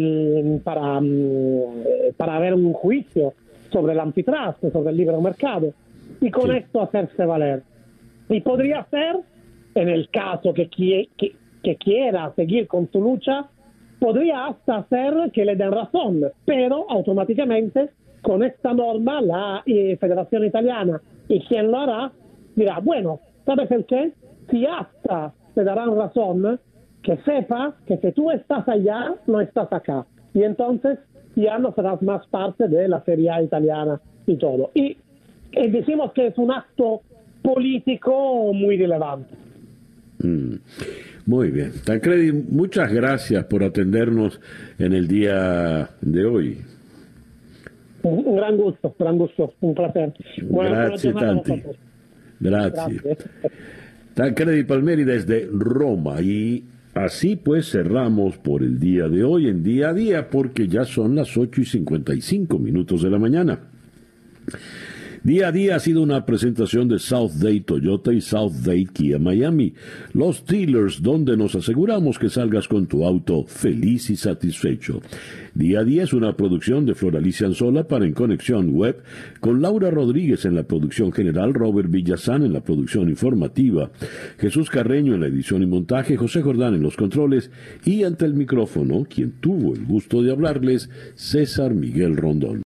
S11: ver un juicio sobre el antitrust, sobre el libre mercado, y con esto hacerse valer. Y podría ser, en el caso que quiera seguir con su lucha, podría hasta hacer que le den razón, pero automáticamente con esta norma la Federación Italiana y quien lo hará dirá, bueno, ¿sabes el qué? Si hasta te darán razón, que sepas que si tú estás allá, no estás acá. Y entonces ya no serás más parte de la Serie A italiana y todo. Y decimos que es un acto político muy relevante.
S1: Muy bien. Tancredi, muchas gracias por atendernos en el día de hoy.
S11: Un gran gusto, un placer.
S1: Gracias, Tanti. Gracias. Tancredi Palmeri desde Roma. Y así pues cerramos por el día de hoy en Día a Día, porque ya son las 8:55 de la mañana. Día a Día ha sido una presentación de South Day Toyota y South Day Kia Miami, los dealers donde nos aseguramos que salgas con tu auto feliz y satisfecho. Día a Día es una producción de Flor Alicia Anzola para En Conexión Web, con Laura Rodríguez en la producción general, Robert Villazán en la producción informativa, Jesús Carreño en la edición y montaje, José Jordán en los controles y ante el micrófono, quien tuvo el gusto de hablarles, César Miguel Rondón.